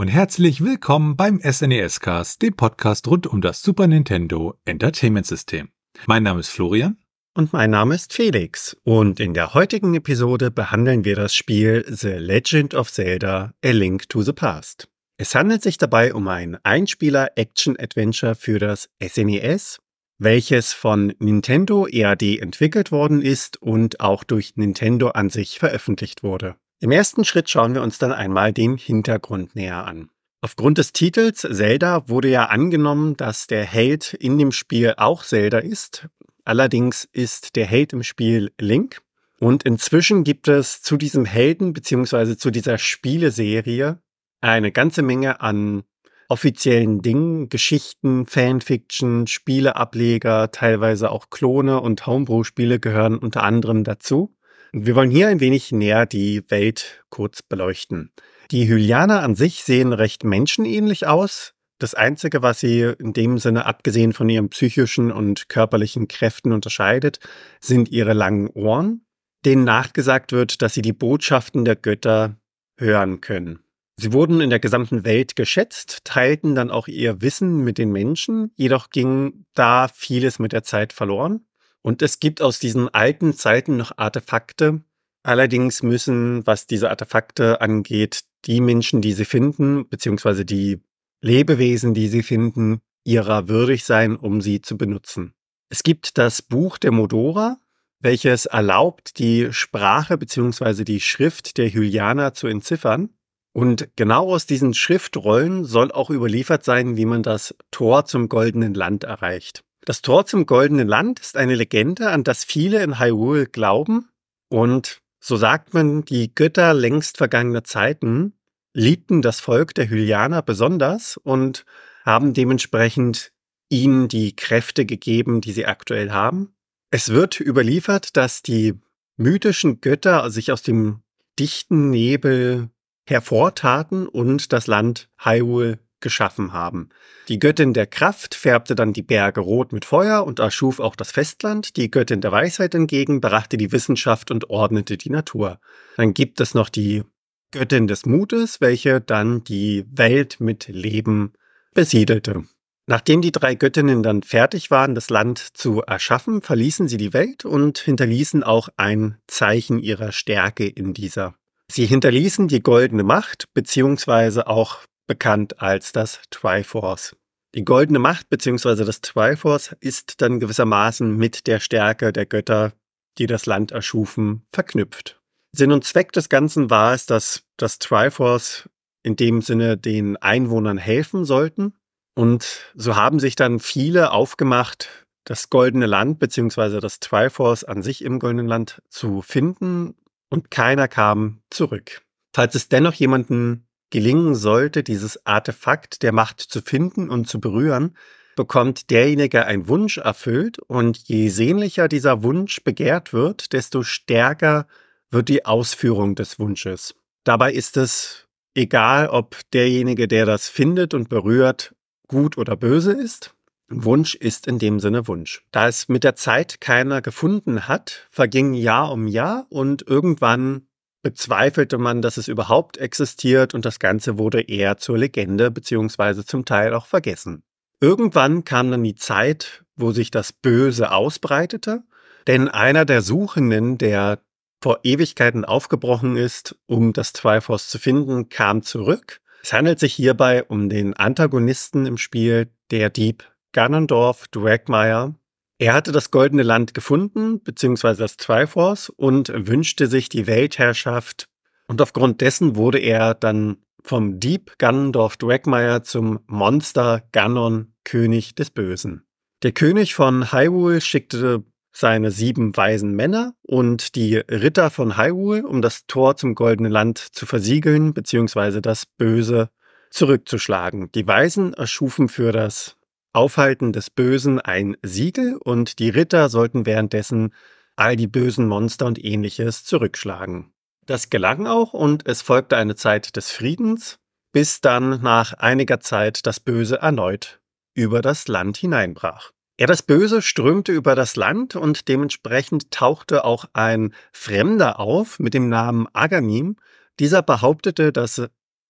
und herzlich willkommen beim SNES Cast, dem Podcast rund um das Super Nintendo Entertainment System. Mein Name ist Florian. Und mein Name ist Felix. Und in der heutigen Episode behandeln wir das Spiel The Legend of Zelda: A Link to the Past. Es handelt sich dabei um ein Einspieler-Action-Adventure für das SNES, welches von Nintendo EAD entwickelt worden ist und auch durch Nintendo an sich veröffentlicht wurde. Im ersten Schritt schauen wir uns dann einmal den Hintergrund näher an. Aufgrund des Titels Zelda wurde ja angenommen, dass der Held in dem Spiel auch Zelda ist. Allerdings ist der Held im Spiel Link. Und inzwischen gibt es zu diesem Helden bzw. zu dieser Spieleserie eine ganze Menge an offiziellen Dingen, Geschichten, Fanfiction, Spieleableger, teilweise auch Klone und Homebrew-Spiele gehören unter anderem dazu. Wir wollen hier ein wenig näher die Welt kurz beleuchten. Die Hylianer an sich sehen recht menschenähnlich aus. Das Einzige, was sie in dem Sinne, abgesehen von ihren psychischen und körperlichen Kräften unterscheidet, sind ihre langen Ohren, denen nachgesagt wird, dass sie die Botschaften der Götter hören können. Sie wurden in der gesamten Welt geschätzt, teilten dann auch ihr Wissen mit den Menschen, jedoch ging da vieles mit der Zeit verloren. Und es gibt aus diesen alten Zeiten noch Artefakte. Allerdings müssen, was diese Artefakte angeht, die Menschen, die sie finden, beziehungsweise die Lebewesen, die sie finden, ihrer würdig sein, um sie zu benutzen. Es gibt das Buch der Modora, welches erlaubt, die Sprache beziehungsweise die Schrift der Hylianer zu entziffern. Und genau aus diesen Schriftrollen soll auch überliefert sein, wie man das Tor zum Goldenen Land erreicht. Das Tor zum Goldenen Land ist eine Legende, an das viele in Hyrule glauben. Und so sagt man, die Götter längst vergangener Zeiten liebten das Volk der Hylianer besonders und haben dementsprechend ihnen die Kräfte gegeben, die sie aktuell haben. Es wird überliefert, dass die mythischen Götter sich aus dem dichten Nebel hervortaten und das Land Hyrule geschaffen haben. Die Göttin der Kraft färbte dann die Berge rot mit Feuer und erschuf auch das Festland. Die Göttin der Weisheit hingegen brachte die Wissenschaft und ordnete die Natur. Dann gibt es noch die Göttin des Mutes, welche dann die Welt mit Leben besiedelte. Nachdem die drei Göttinnen dann fertig waren, das Land zu erschaffen, verließen sie die Welt und hinterließen auch ein Zeichen ihrer Stärke in dieser. Sie hinterließen die goldene Macht, beziehungsweise auch bekannt als das Triforce. Die goldene Macht bzw. das Triforce ist dann gewissermaßen mit der Stärke der Götter, die das Land erschufen, verknüpft. Sinn und Zweck des Ganzen war es, dass das Triforce in dem Sinne den Einwohnern helfen sollten. Und so haben sich dann viele aufgemacht, das goldene Land bzw. das Triforce an sich im goldenen Land zu finden, und keiner kam zurück. Falls es dennoch jemanden gelingen sollte, dieses Artefakt der Macht zu finden und zu berühren, bekommt derjenige einen Wunsch erfüllt, und je sehnlicher dieser Wunsch begehrt wird, desto stärker wird die Ausführung des Wunsches. Dabei ist es egal, ob derjenige, der das findet und berührt, gut oder böse ist. Wunsch ist in dem Sinne Wunsch. Da es mit der Zeit keiner gefunden hat, verging Jahr um Jahr und irgendwann bezweifelte man, dass es überhaupt existiert, und das Ganze wurde eher zur Legende bzw. zum Teil auch vergessen. Irgendwann kam dann die Zeit, wo sich das Böse ausbreitete, denn einer der Suchenden, der vor Ewigkeiten aufgebrochen ist, um das Triforce zu finden, kam zurück. Es handelt sich hierbei um den Antagonisten im Spiel, der Dieb Ganondorf Dwagmire. Er hatte das Goldene Land gefunden, beziehungsweise das Triforce, und wünschte sich die Weltherrschaft. Und aufgrund dessen wurde er dann vom Dieb Ganondorf Dwagmire zum Monster Ganon, König des Bösen. Der König von Hyrule schickte seine 7 weisen Männer und die Ritter von Hyrule, um das Tor zum Goldenen Land zu versiegeln, beziehungsweise das Böse zurückzuschlagen. Die Weisen erschufen für das Aufhalten des Bösen ein Siegel, und die Ritter sollten währenddessen all die bösen Monster und Ähnliches zurückschlagen. Das gelang auch, und es folgte eine Zeit des Friedens, bis dann nach einiger Zeit das Böse erneut über das Land hineinbrach. Ja, das Böse strömte über das Land, und dementsprechend tauchte auch ein Fremder auf mit dem Namen Aganim. Dieser behauptete, dass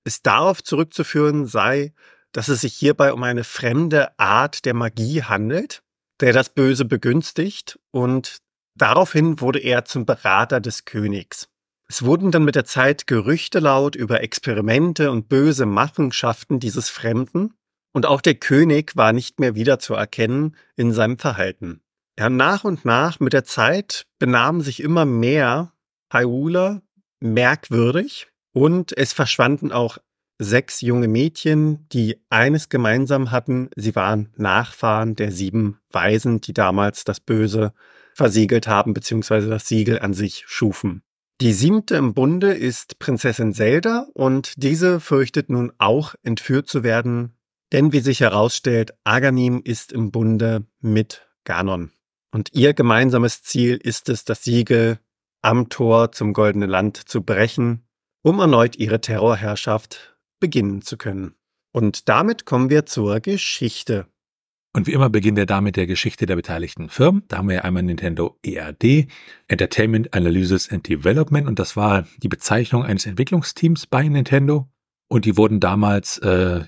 es darauf zurückzuführen sei, dass es sich hierbei um eine fremde Art der Magie handelt, der das Böse begünstigt, und daraufhin wurde er zum Berater des Königs. Es wurden dann mit der Zeit Gerüchte laut über Experimente und böse Machenschaften dieses Fremden, und auch der König war nicht mehr wiederzuerkennen in seinem Verhalten. Ja, nach und nach mit der Zeit benahmen sich immer mehr Hyrule merkwürdig, und es verschwanden auch 6 junge Mädchen, die eines gemeinsam hatten: sie waren Nachfahren der 7 Weisen, die damals das Böse versiegelt haben, beziehungsweise das Siegel an sich schufen. Die 7. im Bunde ist Prinzessin Zelda, und diese fürchtet nun auch entführt zu werden, denn wie sich herausstellt, Aghanim ist im Bunde mit Ganon. Und ihr gemeinsames Ziel ist es, das Siegel am Tor zum Goldenen Land zu brechen, um erneut ihre Terrorherrschaft beginnen zu können. Und damit kommen wir zur Geschichte. Und wie immer beginnen wir damit der Geschichte der beteiligten Firmen. Da haben wir ja einmal Nintendo EAD, Entertainment Analysis and Development, und das war die Bezeichnung eines Entwicklungsteams bei Nintendo. Und die wurden damals,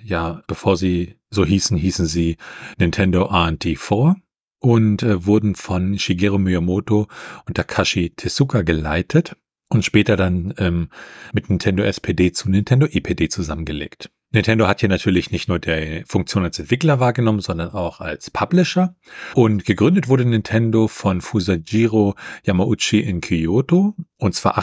bevor sie so hießen sie Nintendo R&D 4 und wurden von Shigeru Miyamoto und Takashi Tezuka geleitet und später dann mit Nintendo SPD zu Nintendo EPD zusammengelegt. Nintendo hat hier natürlich nicht nur die Funktion als Entwickler wahrgenommen, sondern auch als Publisher. Und gegründet wurde Nintendo von Fusajiro Yamauchi in Kyoto, und zwar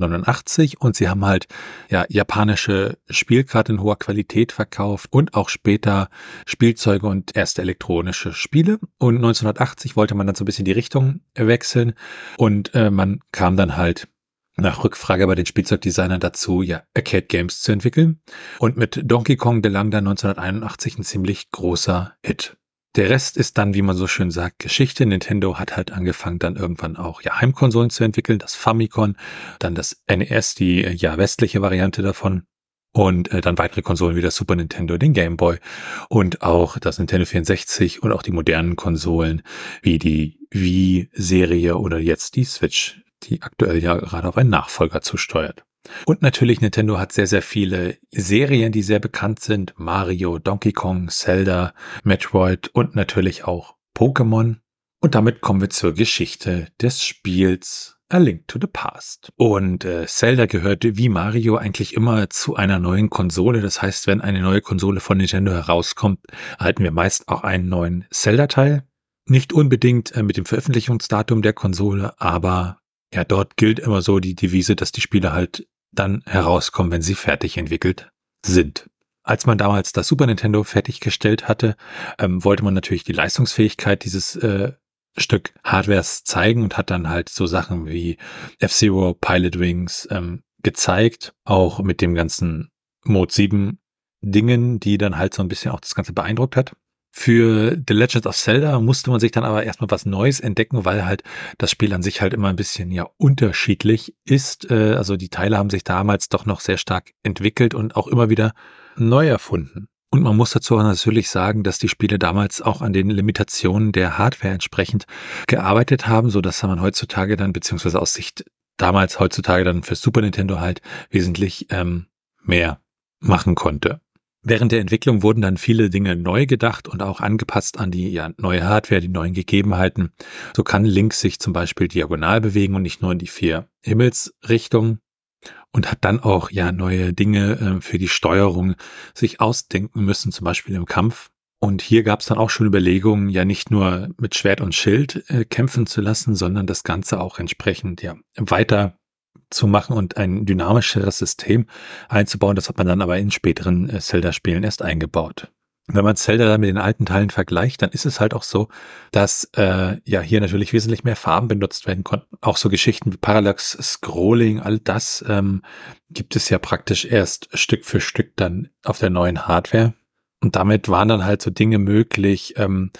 1889. Und sie haben halt japanische Spielkarten in hoher Qualität verkauft und auch später Spielzeuge und erste elektronische Spiele. Und 1980 wollte man dann so ein bisschen die Richtung wechseln, und man kam dann halt nach Rückfrage bei den Spielzeugdesignern dazu, Arcade Games zu entwickeln. Und mit Donkey Kong gelang dann 1981 ein ziemlich großer Hit. Der Rest ist dann, wie man so schön sagt, Geschichte. Nintendo hat halt angefangen, dann irgendwann auch Heimkonsolen zu entwickeln, das Famicom, dann das NES, die westliche Variante davon, und dann weitere Konsolen wie das Super Nintendo, den Game Boy und auch das Nintendo 64 und auch die modernen Konsolen wie die Wii-Serie oder jetzt die Switch, die aktuell ja gerade auf einen Nachfolger zusteuert. Und natürlich, Nintendo hat sehr, sehr viele Serien, die sehr bekannt sind. Mario, Donkey Kong, Zelda, Metroid und natürlich auch Pokémon. Und damit kommen wir zur Geschichte des Spiels A Link to the Past. Und Zelda gehört wie Mario eigentlich immer zu einer neuen Konsole. Das heißt, wenn eine neue Konsole von Nintendo herauskommt, erhalten wir meist auch einen neuen Zelda-Teil. Nicht unbedingt mit dem Veröffentlichungsdatum der Konsole, aber dort gilt immer so die Devise, dass die Spiele halt dann herauskommen, wenn sie fertig entwickelt sind. Als man damals das Super Nintendo fertiggestellt hatte, wollte man natürlich die Leistungsfähigkeit dieses Stück Hardwares zeigen und hat dann halt so Sachen wie F-Zero, Pilot Wings gezeigt, auch mit dem ganzen Mode 7 Dingen, die dann halt so ein bisschen auch das Ganze beeindruckt hat. Für The Legend of Zelda musste man sich dann aber erstmal was Neues entdecken, weil halt das Spiel an sich halt immer ein bisschen unterschiedlich ist. Also die Teile haben sich damals doch noch sehr stark entwickelt und auch immer wieder neu erfunden. Und man muss dazu natürlich sagen, dass die Spiele damals auch an den Limitationen der Hardware entsprechend gearbeitet haben, so dass man heutzutage dann, beziehungsweise aus Sicht damals heutzutage dann für Super Nintendo halt wesentlich mehr machen konnte. Während der Entwicklung wurden dann viele Dinge neu gedacht und auch angepasst an die neue Hardware, die neuen Gegebenheiten. So kann Link sich zum Beispiel diagonal bewegen und nicht nur in die 4 Himmelsrichtungen, und hat dann auch neue Dinge für die Steuerung sich ausdenken müssen, zum Beispiel im Kampf. Und hier gab es dann auch schon Überlegungen, nicht nur mit Schwert und Schild kämpfen zu lassen, sondern das Ganze auch entsprechend weiter zu machen und ein dynamischeres System einzubauen. Das hat man dann aber in späteren Zelda-Spielen erst eingebaut. Wenn man Zelda dann mit den alten Teilen vergleicht, dann ist es halt auch so, dass hier natürlich wesentlich mehr Farben benutzt werden konnten. Auch so Geschichten wie Parallax Scrolling, all das gibt es ja praktisch erst Stück für Stück dann auf der neuen Hardware. Und damit waren dann halt so Dinge möglich,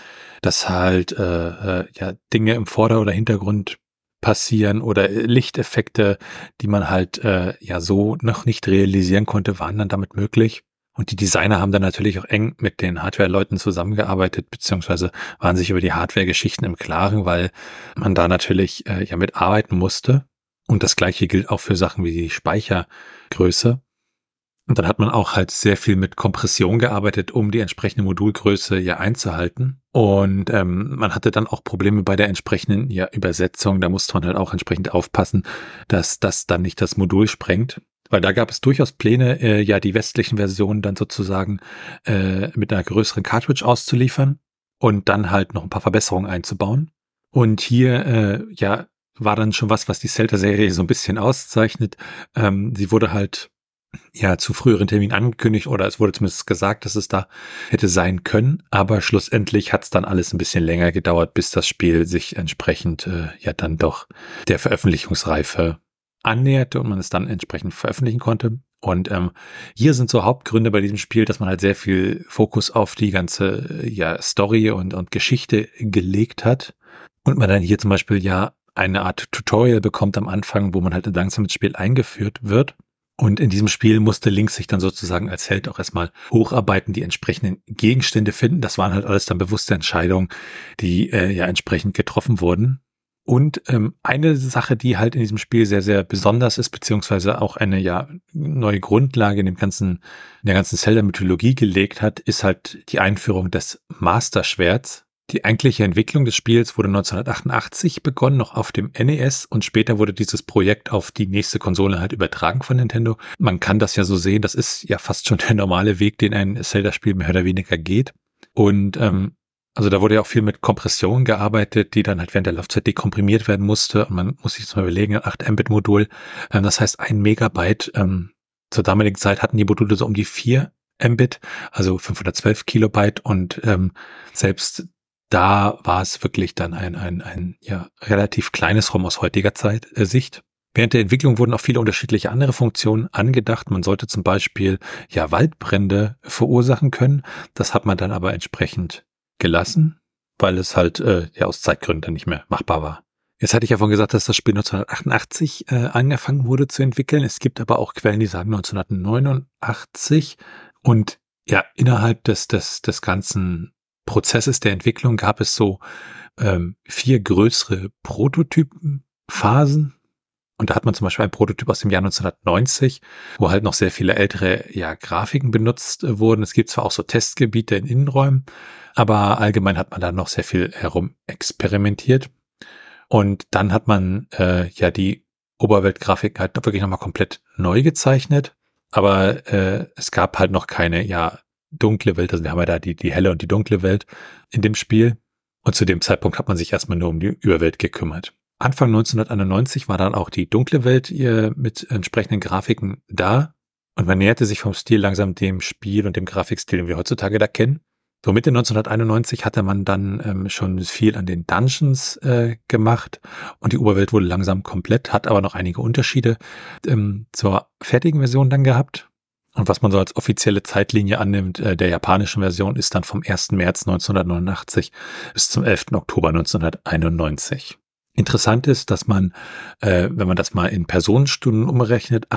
dass halt Dinge im Vorder- oder Hintergrund passieren oder Lichteffekte, die man halt so noch nicht realisieren konnte, waren dann damit möglich. Und die Designer haben dann natürlich auch eng mit den Hardware-Leuten zusammengearbeitet, beziehungsweise waren sich über die Hardware-Geschichten im Klaren, weil man da natürlich mitarbeiten musste. Und das Gleiche gilt auch für Sachen wie die Speichergröße. Und dann hat man auch halt sehr viel mit Kompression gearbeitet, um die entsprechende Modulgröße ja einzuhalten. Und man hatte dann auch Probleme bei der entsprechenden Übersetzung. Da musste man halt auch entsprechend aufpassen, dass das dann nicht das Modul sprengt. Weil da gab es durchaus Pläne, die westlichen Versionen dann sozusagen mit einer größeren Cartridge auszuliefern und dann halt noch ein paar Verbesserungen einzubauen. Und hier, war dann schon was die Zelda-Serie so ein bisschen auszeichnet. Sie wurde halt zu früheren Terminen angekündigt oder es wurde zumindest gesagt, dass es da hätte sein können, aber schlussendlich hat es dann alles ein bisschen länger gedauert, bis das Spiel sich entsprechend dann doch der Veröffentlichungsreife annäherte und man es dann entsprechend veröffentlichen konnte. Und hier sind so Hauptgründe bei diesem Spiel, dass man halt sehr viel Fokus auf die ganze Story und Geschichte gelegt hat und man dann hier zum Beispiel eine Art Tutorial bekommt am Anfang, wo man halt langsam ins Spiel eingeführt wird. Und in diesem Spiel musste Link sich dann sozusagen als Held auch erstmal hocharbeiten, die entsprechenden Gegenstände finden. Das waren halt alles dann bewusste Entscheidungen, die entsprechend getroffen wurden. Und eine Sache, die halt in diesem Spiel sehr, sehr besonders ist, beziehungsweise auch eine neue Grundlage in der ganzen Zelda-Mythologie gelegt hat, ist halt die Einführung des Master-Schwerts. Die eigentliche Entwicklung des Spiels wurde 1988 begonnen, noch auf dem NES, und später wurde dieses Projekt auf die nächste Konsole halt übertragen von Nintendo. Man kann das ja so sehen, das ist ja fast schon der normale Weg, den ein Zelda-Spiel mehr oder weniger geht. Und also da wurde ja auch viel mit Kompression gearbeitet, die dann halt während der Laufzeit dekomprimiert werden musste. Und man muss sich das mal überlegen, ein 8 Mbit-Modul, das heißt 1 Megabyte. Zur damaligen Zeit hatten die Module so um die 4 Mbit, also 512 Kilobyte, und selbst da war es wirklich dann ein relativ kleines ROM aus heutiger Sicht. Während der Entwicklung wurden auch viele unterschiedliche andere Funktionen angedacht. Man sollte zum Beispiel Waldbrände verursachen können. Das hat man dann aber entsprechend gelassen, weil es halt aus Zeitgründen nicht mehr machbar war. Jetzt hatte ich ja vorhin gesagt, dass das Spiel 1988 angefangen wurde zu entwickeln. Es gibt aber auch Quellen, die sagen 1989. Und innerhalb des ganzen Prozesses der Entwicklung gab es so 4 größere Prototypenphasen. Und da hat man zum Beispiel einen Prototyp aus dem Jahr 1990, wo halt noch sehr viele ältere Grafiken benutzt wurden. Es gibt zwar auch so Testgebiete in Innenräumen, aber allgemein hat man da noch sehr viel herum experimentiert. Und dann hat man die Oberweltgrafik halt wirklich nochmal komplett neu gezeichnet. Aber es gab halt noch keine dunkle Welt, also wir haben ja da die helle und die dunkle Welt in dem Spiel. Und zu dem Zeitpunkt hat man sich erstmal nur um die Überwelt gekümmert. Anfang 1991 war dann auch die dunkle Welt mit entsprechenden Grafiken da. Und man näherte sich vom Stil langsam dem Spiel und dem Grafikstil, den wir heutzutage da kennen. So Mitte 1991 hatte man dann schon viel an den Dungeons gemacht und die Oberwelt wurde langsam komplett, hat aber noch einige Unterschiede zur fertigen Version dann gehabt. Und was man so als offizielle Zeitlinie annimmt, der japanischen Version, ist dann vom 1. März 1989 bis zum 11. Oktober 1991. Interessant ist, dass man, wenn man das mal in Personenstunden umrechnet,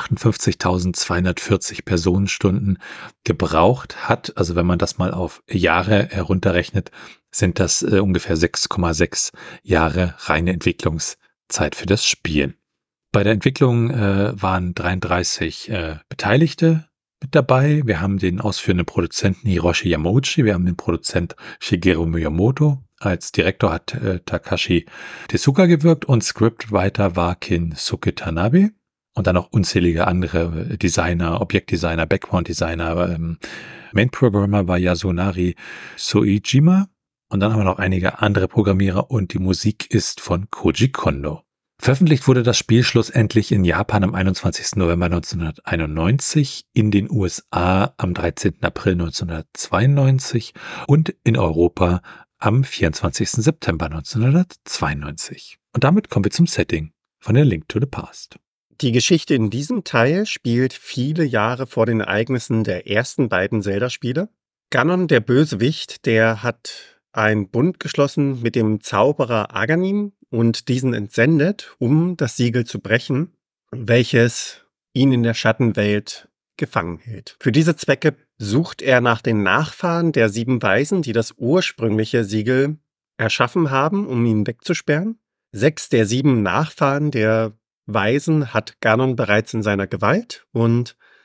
58.240 Personenstunden gebraucht hat. Also wenn man das mal auf Jahre herunterrechnet, sind das ungefähr 6,6 Jahre reine Entwicklungszeit für das Spiel. Bei der Entwicklung waren 33 Beteiligte mit dabei. Wir haben den ausführenden Produzenten Hiroshi Yamauchi, wir haben den Produzent Shigeru Miyamoto. Als Direktor hat Takashi Tezuka gewirkt und Scriptwriter war Kinsuke Tanabe. Und dann noch unzählige andere Designer, Objektdesigner, Background-Designer. Main-Programmer war Yasunari Soejima. Und dann haben wir noch einige andere Programmierer und die Musik ist von Koji Kondo. Veröffentlicht wurde das Spiel schlussendlich in Japan am 21. November 1991, in den USA am 13. April 1992 und in Europa am 24. September 1992. Und damit kommen wir zum Setting von A Link to the Past. Die Geschichte in diesem Teil spielt viele Jahre vor den Ereignissen der ersten beiden Zelda-Spiele. Ganon, der Bösewicht, der hat einen Bund geschlossen mit dem Zauberer Aghanim und diesen entsendet, um das Siegel zu brechen, welches ihn in der Schattenwelt gefangen hält. Für diese Zwecke sucht er nach den Nachfahren der 7 Weisen, die das ursprüngliche Siegel erschaffen haben, um ihn wegzusperren. 6 der 7 Nachfahren der Weisen hat Ganon bereits in seiner Gewalt und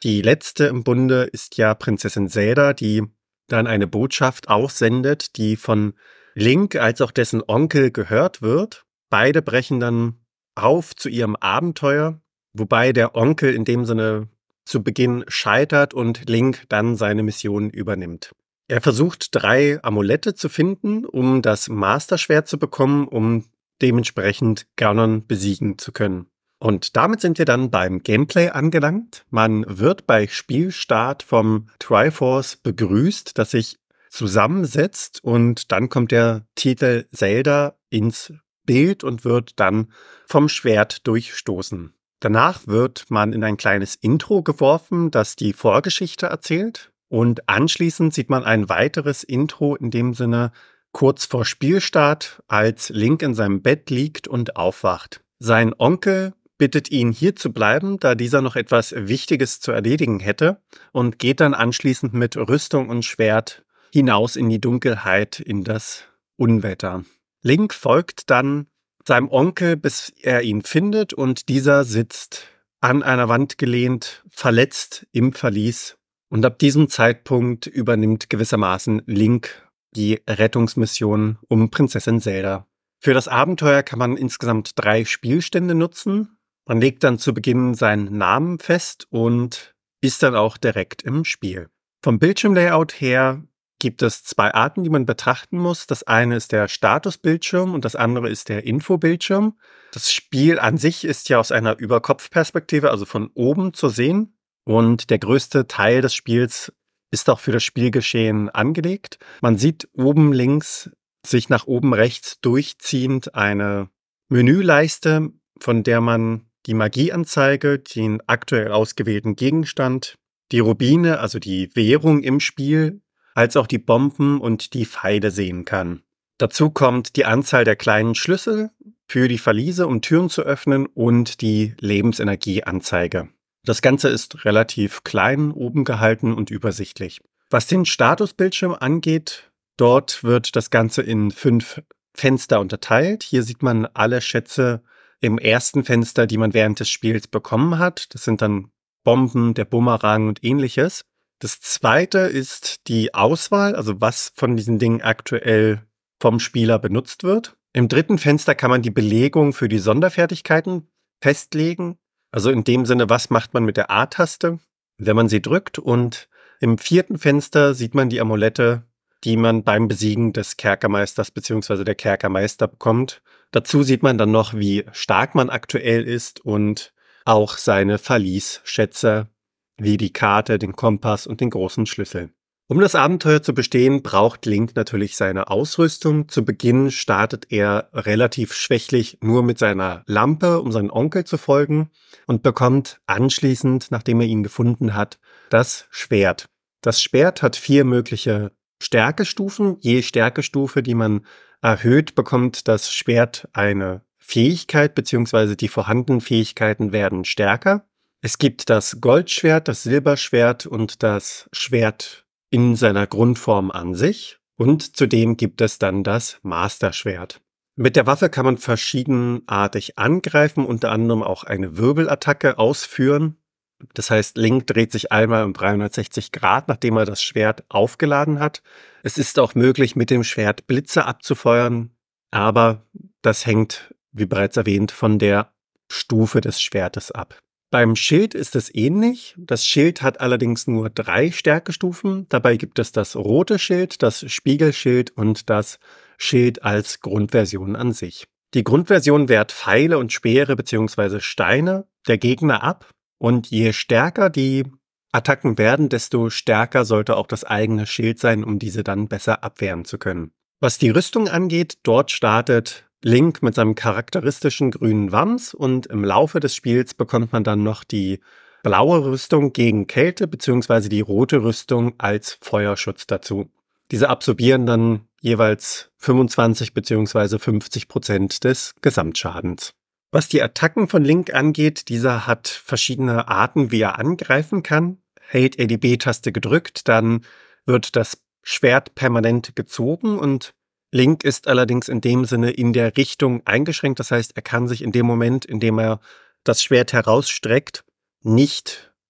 Die letzte im Bunde ist ja Prinzessin Zelda, die dann eine Botschaft aussendet, die von Link als auch dessen Onkel gehört wird. Beide brechen dann auf zu ihrem Abenteuer, wobei der Onkel in dem Sinne zu Beginn scheitert und Link dann seine Mission übernimmt. Er versucht 3 Amulette zu finden, um das Master-Schwert zu bekommen, um dementsprechend Ganon besiegen zu können. Und damit sind wir dann beim Gameplay angelangt. Man wird bei Spielstart vom Triforce begrüßt, das sich zusammensetzt, und dann kommt der Titel Zelda ins Bild und wird dann vom Schwert durchstoßen. Danach wird man in ein kleines Intro geworfen, das die Vorgeschichte erzählt, und anschließend sieht man ein weiteres Intro, in dem Sinne kurz vor Spielstart, als Link in seinem Bett liegt und aufwacht. Sein Onkel bittet ihn, hier zu bleiben, da dieser noch etwas Wichtiges zu erledigen hätte, und geht dann anschließend mit Rüstung und Schwert hinaus in die Dunkelheit, in das Unwetter. Link folgt dann seinem Onkel, bis er ihn findet, und dieser sitzt an einer Wand gelehnt, verletzt im Verlies. Und ab diesem Zeitpunkt übernimmt gewissermaßen Link die Rettungsmission um Prinzessin Zelda. Für das Abenteuer kann man insgesamt 3 Spielstände nutzen. Man legt dann zu Beginn seinen Namen fest und ist dann auch direkt im Spiel. Vom Bildschirmlayout her gibt es 2 Arten, die man betrachten muss. Das eine ist der Statusbildschirm und das andere ist der Infobildschirm. Das Spiel an sich ist ja aus einer Überkopfperspektive, also von oben zu sehen. Und der größte Teil des Spiels ist auch für das Spielgeschehen angelegt. Man sieht oben links sich nach oben rechts durchziehend eine Menüleiste, von der man die Magieanzeige, den aktuell ausgewählten Gegenstand, die Rubine, also die Währung im Spiel, als auch die Bomben und die Pfeile sehen kann. Dazu kommt die Anzahl der kleinen Schlüssel für die Verliese, um Türen zu öffnen, und die Lebensenergieanzeige. Das Ganze ist relativ klein oben gehalten und übersichtlich. Was den Statusbildschirm angeht, dort wird das Ganze in 5 Fenster unterteilt. Hier sieht man alle Schätze im ersten Fenster, die man während des Spiels bekommen hat. Das sind dann Bomben, der Bumerang und ähnliches. Das zweite ist die Auswahl, also was von diesen Dingen aktuell vom Spieler benutzt wird. Im dritten Fenster kann man die Belegung für die Sonderfertigkeiten festlegen. Also in dem Sinne, was macht man mit der A-Taste, wenn man sie drückt. Und im vierten Fenster sieht man die Amulette, die man beim Besiegen des Kerkermeisters bzw. der Kerkermeister bekommt. Dazu sieht man dann noch, wie stark man aktuell ist und auch seine Verliesschätze, wie die Karte, den Kompass und den großen Schlüssel. Um das Abenteuer zu bestehen, braucht Link natürlich seine Ausrüstung. Zu Beginn startet er relativ schwächlich nur mit seiner Lampe, um seinen Onkel zu folgen, und bekommt anschließend, nachdem er ihn gefunden hat, das Schwert. Das Schwert hat 4 mögliche Stärkestufen. Je Stärkestufe, die man erhöht, bekommt das Schwert eine Fähigkeit, beziehungsweise die vorhandenen Fähigkeiten werden stärker. Es gibt das Goldschwert, das Silberschwert und das Schwert in seiner Grundform an sich, und zudem gibt es dann das Master-Schwert. Mit der Waffe kann man verschiedenartig angreifen, unter anderem auch eine Wirbelattacke ausführen. Das heißt, Link dreht sich einmal um 360 Grad, nachdem er das Schwert aufgeladen hat. Es ist auch möglich, mit dem Schwert Blitze abzufeuern, aber das hängt, wie bereits erwähnt, von der Stufe des Schwertes ab. Beim Schild ist es ähnlich. Das Schild hat allerdings nur 3 Stärkestufen. Dabei gibt es das rote Schild, das Spiegelschild und das Schild als Grundversion an sich. Die Grundversion wehrt Pfeile und Speere bzw. Steine der Gegner ab. Und je stärker die Attacken werden, desto stärker sollte auch das eigene Schild sein, um diese dann besser abwehren zu können. Was die Rüstung angeht, dort startet Link mit seinem charakteristischen grünen Wams, und im Laufe des Spiels bekommt man dann noch die blaue Rüstung gegen Kälte bzw. die rote Rüstung als Feuerschutz dazu. Diese absorbieren dann jeweils 25 bzw. 50% des Gesamtschadens. Was die Attacken von Link angeht, dieser hat verschiedene Arten, wie er angreifen kann. Hält er die B-Taste gedrückt, dann wird das Schwert permanent gezogen, und Link ist allerdings in dem Sinne in der Richtung eingeschränkt. Das heißt, er kann sich in dem Moment, in dem er das Schwert herausstreckt, nicht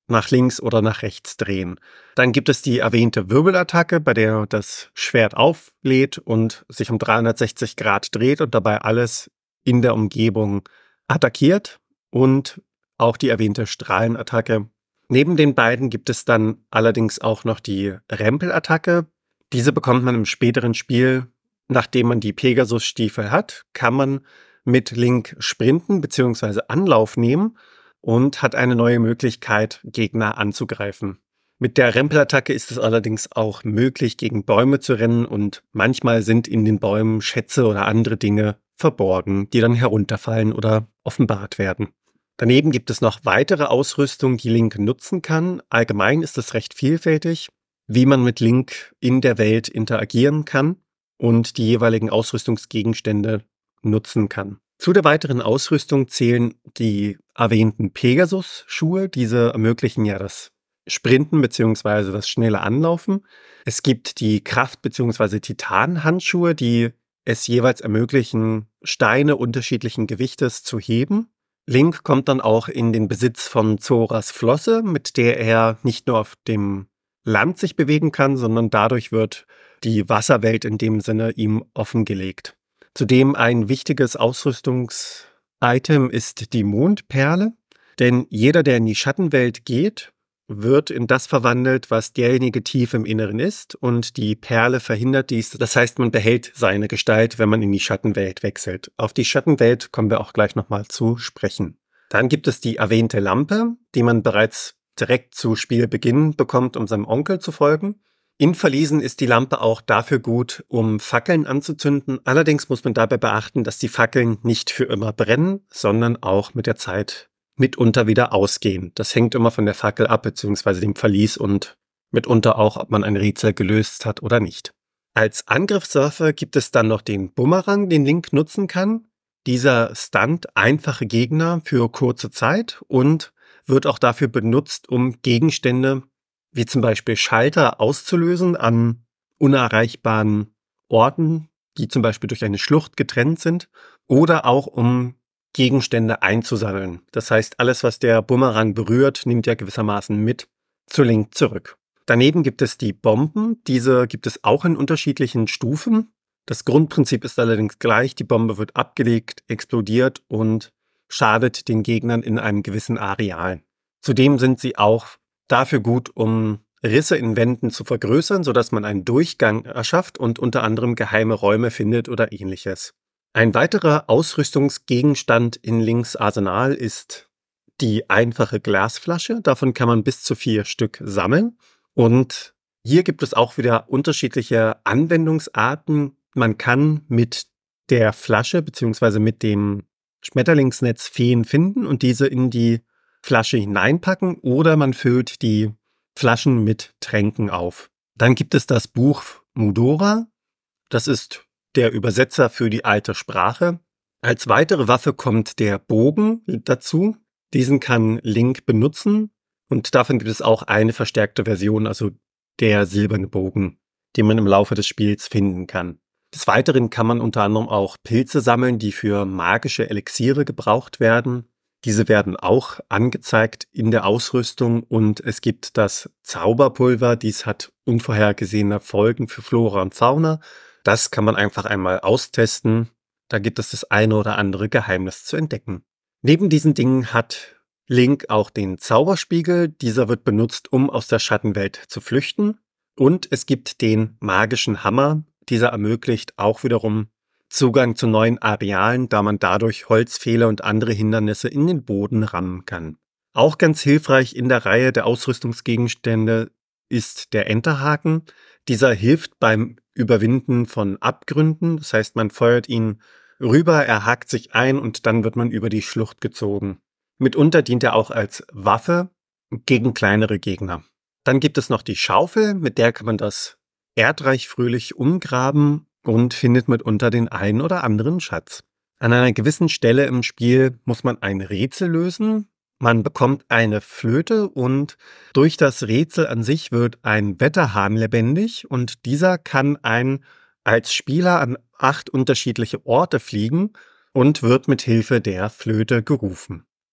nach links oder nach rechts drehen. Dann gibt es die erwähnte Wirbelattacke, bei der das Schwert auflädt und sich um 360 Grad dreht und dabei alles in der Umgebung attackiert. Und auch die erwähnte Strahlenattacke. Neben den beiden gibt es dann allerdings auch noch die Rempelattacke. Diese bekommt man im späteren Spiel, nachdem man die Pegasus-Stiefel hat, kann man mit Link sprinten bzw. Anlauf nehmen und hat eine neue Möglichkeit, Gegner anzugreifen. Mit der Rempelattacke ist es allerdings auch möglich, gegen Bäume zu rennen und manchmal sind in den Bäumen Schätze oder andere Dinge verborgen, die dann herunterfallen oder offenbart werden. Daneben gibt es noch weitere Ausrüstung, die Link nutzen kann. Allgemein ist es recht vielfältig, wie man mit Link in der Welt interagieren kann und die jeweiligen Ausrüstungsgegenstände nutzen kann. Zu der weiteren Ausrüstung zählen die erwähnten Pegasus-Schuhe. Diese ermöglichen ja das Sprinten bzw. das schnelle Anlaufen. Es gibt die Kraft- bzw. Titan-Handschuhe, die es jeweils ermöglichen, Steine unterschiedlichen Gewichtes zu heben. Link kommt dann auch in den Besitz von Zoras Flosse, mit der er nicht nur auf dem Land sich bewegen kann, sondern dadurch wird die Wasserwelt in dem Sinne ihm offengelegt. Zudem ein wichtiges Ausrüstungs-Item ist die Mondperle, denn jeder, der in die Schattenwelt geht, wird in das verwandelt, was derjenige tief im Inneren ist, und die Perle verhindert dies. Das heißt, man behält seine Gestalt, wenn man in die Schattenwelt wechselt. Auf die Schattenwelt kommen wir auch gleich nochmal zu sprechen. Dann gibt es die erwähnte Lampe, die man bereits direkt zu Spielbeginn bekommt, um seinem Onkel zu folgen. In Verliesen ist die Lampe auch dafür gut, um Fackeln anzuzünden. Allerdings muss man dabei beachten, dass die Fackeln nicht für immer brennen, sondern auch mit der Zeit mitunter wieder ausgehen. Das hängt immer von der Fackel ab, beziehungsweise dem Verlies und mitunter auch, ob man ein Rätsel gelöst hat oder nicht. Als Angriffswaffe gibt es dann noch den Bumerang, den Link nutzen kann. Dieser stunt einfache Gegner für kurze Zeit und wird auch dafür benutzt, um Gegenstände wie zum Beispiel Schalter auszulösen an unerreichbaren Orten, die zum Beispiel durch eine Schlucht getrennt sind, oder auch um Gegenstände einzusammeln. Das heißt, alles, was der Bumerang berührt, nimmt er gewissermaßen mit zu Link zurück. Daneben gibt es die Bomben. Diese gibt es auch in unterschiedlichen Stufen. Das Grundprinzip ist allerdings gleich. Die Bombe wird abgelegt, explodiert und schadet den Gegnern in einem gewissen Areal. Zudem sind sie auch dafür gut, um Risse in Wänden zu vergrößern, sodass man einen Durchgang erschafft und unter anderem geheime Räume findet oder ähnliches. Ein weiterer Ausrüstungsgegenstand in Links Arsenal ist die einfache Glasflasche. Davon kann man bis zu 4 Stück sammeln. Und hier gibt es auch wieder unterschiedliche Anwendungsarten. Man kann mit der Flasche bzw. mit dem Schmetterlingsnetz Feen finden und diese in die Flasche hineinpacken, oder man füllt die Flaschen mit Tränken auf. Dann gibt es das Buch Mudora. Das ist der Übersetzer für die alte Sprache. Als weitere Waffe kommt der Bogen dazu. Diesen kann Link benutzen und davon gibt es auch eine verstärkte Version, also der silberne Bogen, den man im Laufe des Spiels finden kann. Des Weiteren kann man unter anderem auch Pilze sammeln, die für magische Elixiere gebraucht werden. Diese werden auch angezeigt in der Ausrüstung und es gibt das Zauberpulver. Dies hat unvorhergesehene Folgen für Flora und Fauna. Das kann man einfach einmal austesten. Da gibt es das eine oder andere Geheimnis zu entdecken. Neben diesen Dingen hat Link auch den Zauberspiegel. Dieser wird benutzt, um aus der Schattenwelt zu flüchten. Und es gibt den magischen Hammer. Dieser ermöglicht auch wiederum Zugang zu neuen Arealen, da man dadurch Holzpfähle und andere Hindernisse in den Boden rammen kann. Auch ganz hilfreich in der Reihe der Ausrüstungsgegenstände ist der Enterhaken. Dieser hilft beim Überwinden von Abgründen. Das heißt, man feuert ihn rüber, er hakt sich ein und dann wird man über die Schlucht gezogen. Mitunter dient er auch als Waffe gegen kleinere Gegner. Dann gibt es noch die Schaufel, mit der kann man das Erdreich fröhlich umgraben und findet mitunter den einen oder anderen Schatz. An einer gewissen Stelle im Spiel muss man ein Rätsel lösen. Man bekommt eine Flöte und durch das Rätsel an sich wird ein Wetterhahn lebendig und dieser kann einen als Spieler an 8 unterschiedliche Orte fliegen und wird mit Hilfe der Flöte gerufen.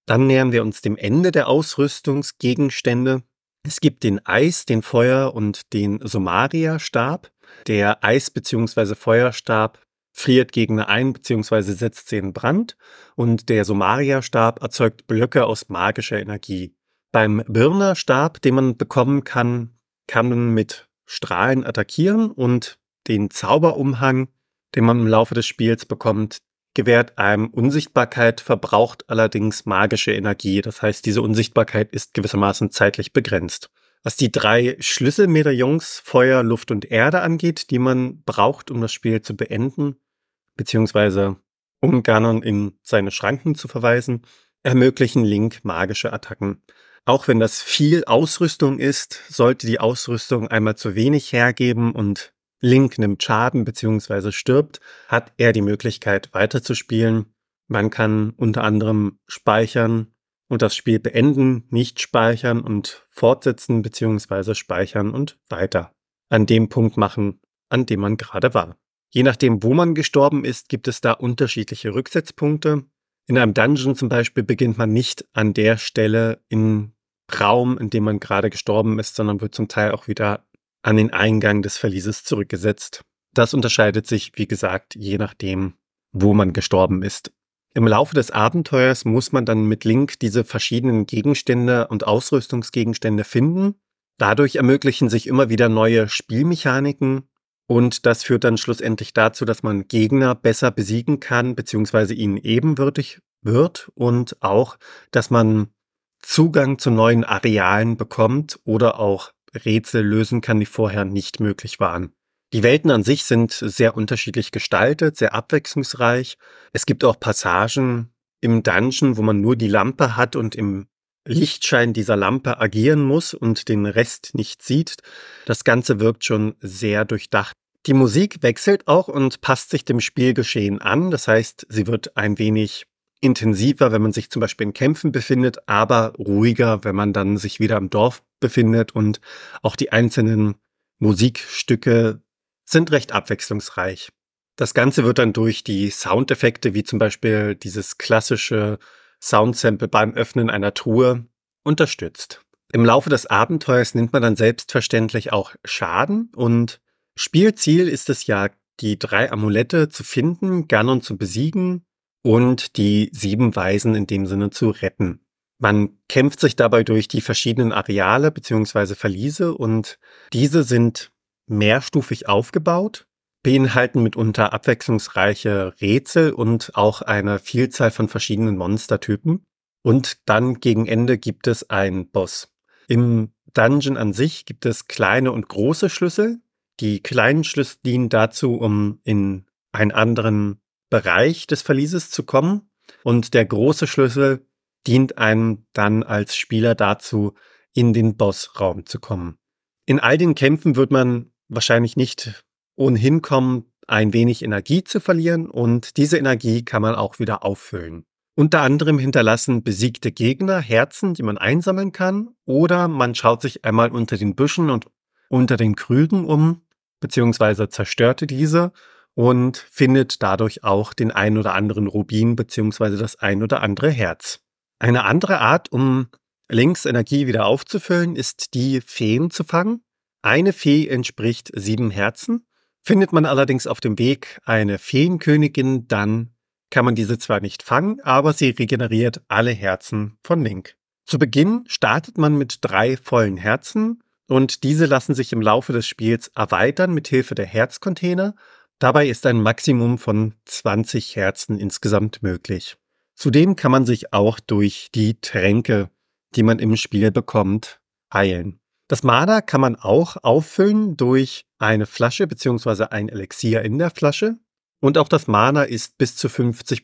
Dann nähern wir uns dem Ende der Ausrüstungsgegenstände. Es gibt den Eis-, den Feuer- und den Somaria-Stab. Der Eis- bzw. Feuerstab friert Gegner ein bzw. setzt sie in Brand. Und der Somaria-Stab erzeugt Blöcke aus magischer Energie. Beim Birner-Stab, den man bekommen kann, kann man mit Strahlen attackieren und den Zauberumhang, den man im Laufe des Spiels bekommt, gewährt einem Unsichtbarkeit, verbraucht allerdings magische Energie. Das heißt, diese Unsichtbarkeit ist gewissermaßen zeitlich begrenzt. Was die 3 Schlüsselmedaillons Feuer, Luft und Erde angeht, die man braucht, um das Spiel zu beenden, beziehungsweise um Ganon in seine Schranken zu verweisen, ermöglichen Link magische Attacken. Auch wenn das viel Ausrüstung ist, sollte die Ausrüstung einmal zu wenig hergeben und Link nimmt Schaden bzw. stirbt, hat er die Möglichkeit weiterzuspielen. Man kann unter anderem speichern und das Spiel beenden, nicht speichern und fortsetzen bzw. speichern und weiter an dem Punkt machen, an dem man gerade war. Je nachdem, wo man gestorben ist, gibt es da unterschiedliche Rücksetzpunkte. In einem Dungeon zum Beispiel beginnt man nicht an der Stelle im Raum, in dem man gerade gestorben ist, sondern wird zum Teil auch wieder an den Eingang des Verlieses zurückgesetzt. Das unterscheidet sich, wie gesagt, je nachdem, wo man gestorben ist. Im Laufe des Abenteuers muss man dann mit Link diese verschiedenen Gegenstände und Ausrüstungsgegenstände finden. Dadurch ermöglichen sich immer wieder neue Spielmechaniken und das führt dann schlussendlich dazu, dass man Gegner besser besiegen kann, beziehungsweise ihnen ebenbürtig wird und auch, dass man Zugang zu neuen Arealen bekommt oder auch Rätsel lösen kann, die vorher nicht möglich waren. Die Welten an sich sind sehr unterschiedlich gestaltet, sehr abwechslungsreich. Es gibt auch Passagen im Dungeon, wo man nur die Lampe hat und im Lichtschein dieser Lampe agieren muss und den Rest nicht sieht. Das Ganze wirkt schon sehr durchdacht. Die Musik wechselt auch und passt sich dem Spielgeschehen an. Das heißt, sie wird ein wenig intensiver, wenn man sich zum Beispiel in Kämpfen befindet, aber ruhiger, wenn man dann sich wieder im Dorf befindet, und auch die einzelnen Musikstücke sind recht abwechslungsreich. Das Ganze wird dann durch die Soundeffekte, wie zum Beispiel dieses klassische Soundsample beim Öffnen einer Truhe, unterstützt. Im Laufe des Abenteuers nimmt man dann selbstverständlich auch Schaden, und Spielziel ist es ja, die 3 Amulette zu finden, Ganon zu besiegen und die 7 Weisen in dem Sinne zu retten. Man kämpft sich dabei durch die verschiedenen Areale bzw. Verliese, und diese sind mehrstufig aufgebaut, beinhalten mitunter abwechslungsreiche Rätsel und auch eine Vielzahl von verschiedenen Monstertypen. Und dann gegen Ende gibt es einen Boss. Im Dungeon an sich gibt es kleine und große Schlüssel. Die kleinen Schlüssel dienen dazu, um in einen anderen Bereich des Verlieses zu kommen. Und der große Schlüssel dient einem dann als Spieler dazu, in den Bossraum zu kommen. In all den Kämpfen wird man wahrscheinlich nicht ohnehin kommen, ein wenig Energie zu verlieren, und diese Energie kann man auch wieder auffüllen. Unter anderem hinterlassen besiegte Gegner Herzen, die man einsammeln kann, oder man schaut sich einmal unter den Büschen und unter den Krügen um, beziehungsweise zerstörte diese und findet dadurch auch den ein oder anderen Rubin beziehungsweise das ein oder andere Herz. Eine andere Art, um Links Energie wieder aufzufüllen, ist die Feen zu fangen. Eine Fee entspricht 7 Herzen. Findet man allerdings auf dem Weg eine Feenkönigin, dann kann man diese zwar nicht fangen, aber sie regeneriert alle Herzen von Link. Zu Beginn startet man mit 3 vollen Herzen, und diese lassen sich im Laufe des Spiels erweitern mit Hilfe der Herzcontainer. Dabei ist ein Maximum von 20 Herzen insgesamt möglich. Zudem kann man sich auch durch die Tränke, die man im Spiel bekommt, heilen. Das Mana kann man auch auffüllen durch eine Flasche bzw. ein Elixier in der Flasche. Und auch das Mana ist bis zu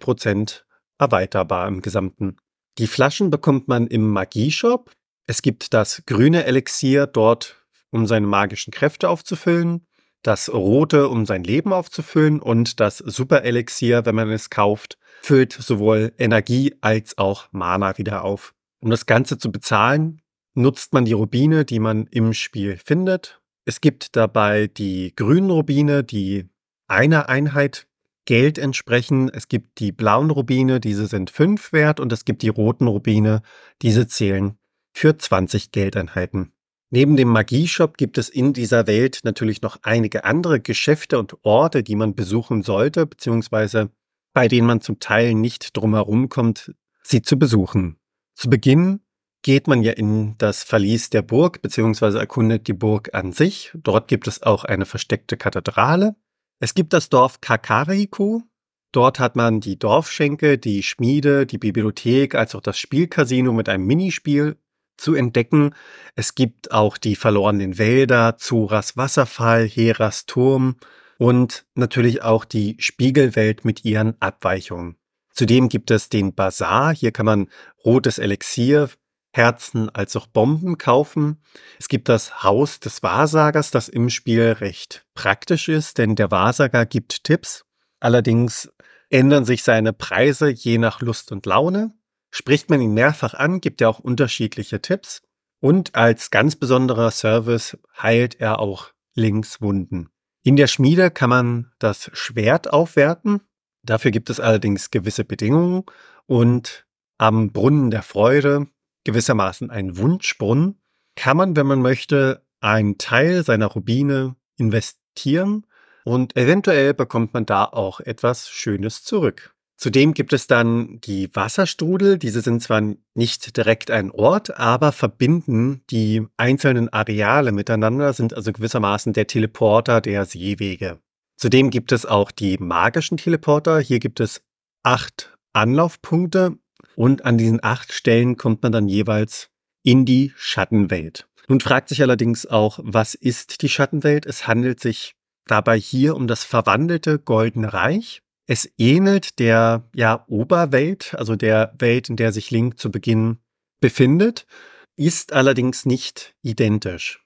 50% erweiterbar im Gesamten. Die Flaschen bekommt man im Magieshop. Es gibt das grüne Elixier dort, um seine magischen Kräfte aufzufüllen, das rote, um sein Leben aufzufüllen, und das Super-Elixier, wenn man es kauft, füllt sowohl Energie als auch Mana wieder auf. Um das Ganze zu bezahlen, nutzt man die Rubine, die man im Spiel findet. Es gibt dabei die grünen Rubine, die eine Einheit Geld entsprechen. Es gibt die blauen Rubine, diese sind 5 wert, und es gibt die roten Rubine, diese zählen für 20 Geldeinheiten. Neben dem Magieshop gibt es in dieser Welt natürlich noch einige andere Geschäfte und Orte, die man besuchen sollte, beziehungsweise bei denen man zum Teil nicht drum herum kommt, sie zu besuchen. Zu Beginn geht man ja in das Verlies der Burg, beziehungsweise erkundet die Burg an sich. Dort gibt es auch eine versteckte Kathedrale. Es gibt das Dorf Kakariko. Dort hat man die Dorfschenke, die Schmiede, die Bibliothek, als auch das Spielcasino mit einem Minispiel zu entdecken. Es gibt auch die verlorenen Wälder, Zoras Wasserfall, Heras Turm und natürlich auch die Spiegelwelt mit ihren Abweichungen. Zudem gibt es den Bazar. Hier kann man rotes Elixier, Herzen als auch Bomben kaufen. Es gibt das Haus des Wahrsagers, das im Spiel recht praktisch ist, denn der Wahrsager gibt Tipps. Allerdings ändern sich seine Preise je nach Lust und Laune. Spricht man ihn mehrfach an, gibt er auch unterschiedliche Tipps. Und als ganz besonderer Service heilt er auch Links Wunden. In der Schmiede kann man das Schwert aufwerten. Dafür gibt es allerdings gewisse Bedingungen. Und am Brunnen der Freude, gewissermaßen ein Wunschbrunnen, kann man, wenn man möchte, einen Teil seiner Rubine investieren und eventuell bekommt man da auch etwas Schönes zurück. Zudem gibt es dann die Wasserstrudel. Diese sind zwar nicht direkt ein Ort, aber verbinden die einzelnen Areale miteinander, sind also gewissermaßen der Teleporter der Seewege. Zudem gibt es auch die magischen Teleporter. Hier gibt es 8 Anlaufpunkte. Und an diesen 8 Stellen kommt man dann jeweils in die Schattenwelt. Nun fragt sich allerdings auch, was ist die Schattenwelt? Es handelt sich dabei hier um das verwandelte Goldene Reich. Es ähnelt der Oberwelt, also der Welt, in der sich Link zu Beginn befindet, ist allerdings nicht identisch.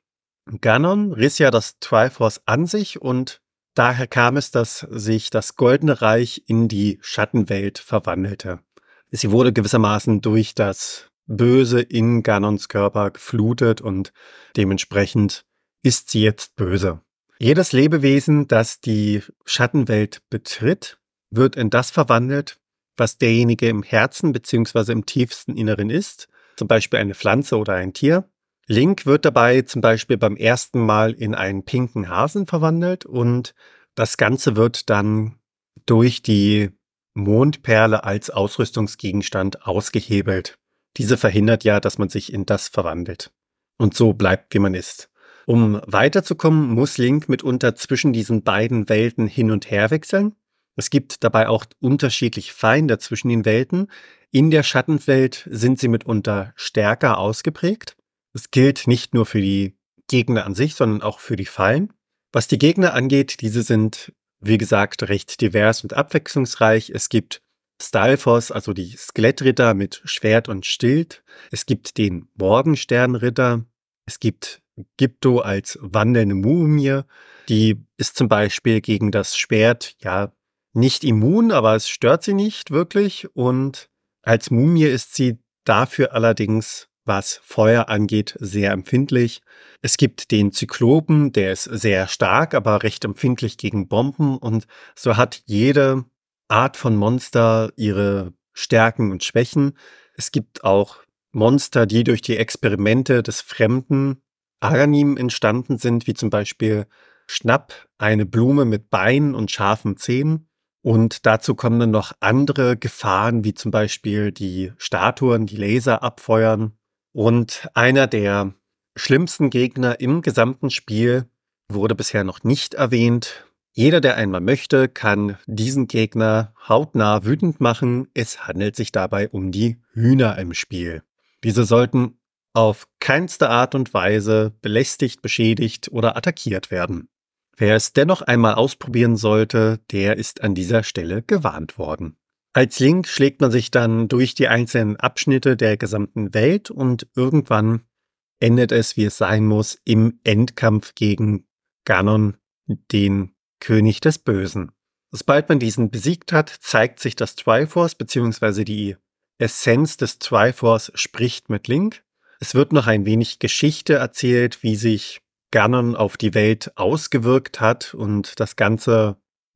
Ganon riss ja das Triforce an sich und daher kam es, dass sich das Goldene Reich in die Schattenwelt verwandelte. Sie wurde gewissermaßen durch das Böse in Ganons Körper geflutet und dementsprechend ist sie jetzt böse. Jedes Lebewesen, das die Schattenwelt betritt, wird in das verwandelt, was derjenige im Herzen bzw. im tiefsten Inneren ist, zum Beispiel eine Pflanze oder ein Tier. Link wird dabei zum Beispiel beim ersten Mal in einen pinken Hasen verwandelt und das Ganze wird dann durch die Mondperle als Ausrüstungsgegenstand ausgehebelt. Diese verhindert ja, dass man sich in das verwandelt und so bleibt, wie man ist. Um weiterzukommen, muss Link mitunter zwischen diesen beiden Welten hin und her wechseln. Es gibt dabei auch unterschiedliche Feinde zwischen den Welten. In der Schattenwelt sind sie mitunter stärker ausgeprägt. Es gilt nicht nur für die Gegner an sich, sondern auch für die Fallen. Was die Gegner angeht, diese sind, wie gesagt, recht divers und abwechslungsreich. Es gibt Stalfos, also die Skelettritter mit Schwert und Schild. Es gibt den Morgensternritter. Es gibt Gypto als wandelnde Mumie. Die ist zum Beispiel gegen das Schwert, nicht immun, aber es stört sie nicht wirklich. Und als Mumie ist sie dafür allerdings, was Feuer angeht, sehr empfindlich. Es gibt den Zyklopen, der ist sehr stark, aber recht empfindlich gegen Bomben. Und so hat jede Art von Monster ihre Stärken und Schwächen. Es gibt auch Monster, die durch die Experimente des fremden Aranim entstanden sind, wie zum Beispiel Schnapp, eine Blume mit Beinen und scharfen Zähnen. Und dazu kommen dann noch andere Gefahren, wie zum Beispiel die Statuen, die Laser abfeuern. Und einer der schlimmsten Gegner im gesamten Spiel wurde bisher noch nicht erwähnt. Jeder, der einmal möchte, kann diesen Gegner hautnah wütend machen. Es handelt sich dabei um die Hühner im Spiel. Diese sollten auf keinste Art und Weise belästigt, beschädigt oder attackiert werden. Wer es dennoch einmal ausprobieren sollte, der ist an dieser Stelle gewarnt worden. Als Link schlägt man sich dann durch die einzelnen Abschnitte der gesamten Welt und irgendwann endet es, wie es sein muss, im Endkampf gegen Ganon, den König des Bösen. Sobald man diesen besiegt hat, zeigt sich das Triforce bzw. die Essenz des Triforce spricht mit Link. Es wird noch ein wenig Geschichte erzählt, wie sich Ganon auf die Welt ausgewirkt hat und das Ganze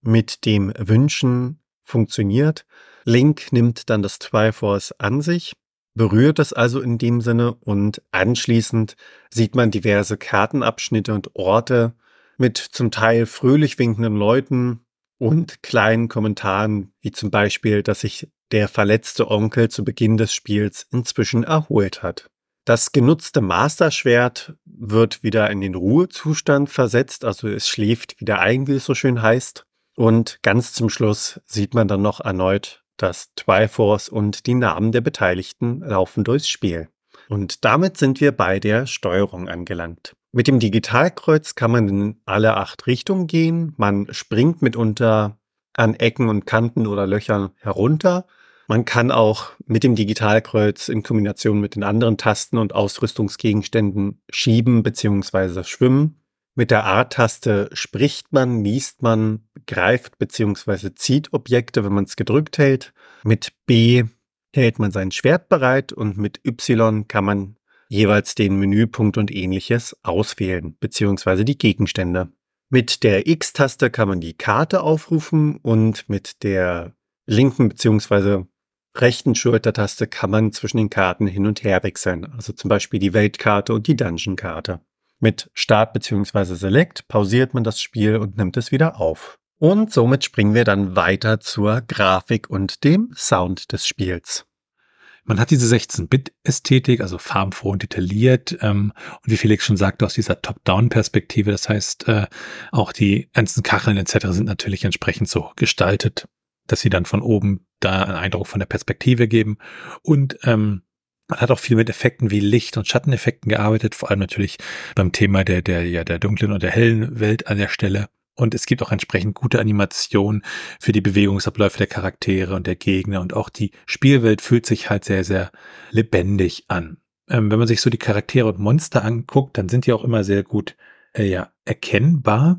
mit dem Wünschen funktioniert. Link nimmt dann das Triforce an sich, berührt es also in dem Sinne und anschließend sieht man diverse Kartenabschnitte und Orte mit zum Teil fröhlich winkenden Leuten und kleinen Kommentaren, wie zum Beispiel, dass sich der verletzte Onkel zu Beginn des Spiels inzwischen erholt hat. Das genutzte Masterschwert wird wieder in den Ruhezustand versetzt, also es schläft wieder ein, wie es so schön heißt. Und ganz zum Schluss sieht man dann noch erneut das Triforce und die Namen der Beteiligten laufen durchs Spiel. Und damit sind wir bei der Steuerung angelangt. Mit dem Digitalkreuz kann man in alle 8 Richtungen gehen. Man springt mitunter an Ecken und Kanten oder Löchern herunter. Man kann auch mit dem Digitalkreuz in Kombination mit den anderen Tasten und Ausrüstungsgegenständen schieben bzw. schwimmen. Mit der A-Taste spricht man, liest man, greift bzw. zieht Objekte, wenn man es gedrückt hält. Mit B hält man sein Schwert bereit und mit Y kann man jeweils den Menüpunkt und ähnliches auswählen bzw. die Gegenstände. Mit der X-Taste kann man die Karte aufrufen und mit der linken bzw. rechten Schultertaste kann man zwischen den Karten hin und her wechseln, also zum Beispiel die Weltkarte und die Dungeon-Karte. Mit Start bzw. Select pausiert man das Spiel und nimmt es wieder auf. Und somit springen wir dann weiter zur Grafik und dem Sound des Spiels. Man hat diese 16-Bit-Ästhetik, also farbenfroh und detailliert, und wie Felix schon sagte, aus dieser Top-Down-Perspektive. Das heißt, auch die ganzen Kacheln etc. sind natürlich entsprechend so gestaltet, dass sie dann von oben da einen Eindruck von der Perspektive geben. Und man hat auch viel mit Effekten wie Licht- und Schatteneffekten gearbeitet, vor allem natürlich beim Thema der dunklen und der hellen Welt an der Stelle. Und es gibt auch entsprechend gute Animationen für die Bewegungsabläufe der Charaktere und der Gegner. Und auch die Spielwelt fühlt sich halt sehr, sehr lebendig an. Wenn man sich so die Charaktere und Monster anguckt, dann sind die auch immer sehr gut erkennbar.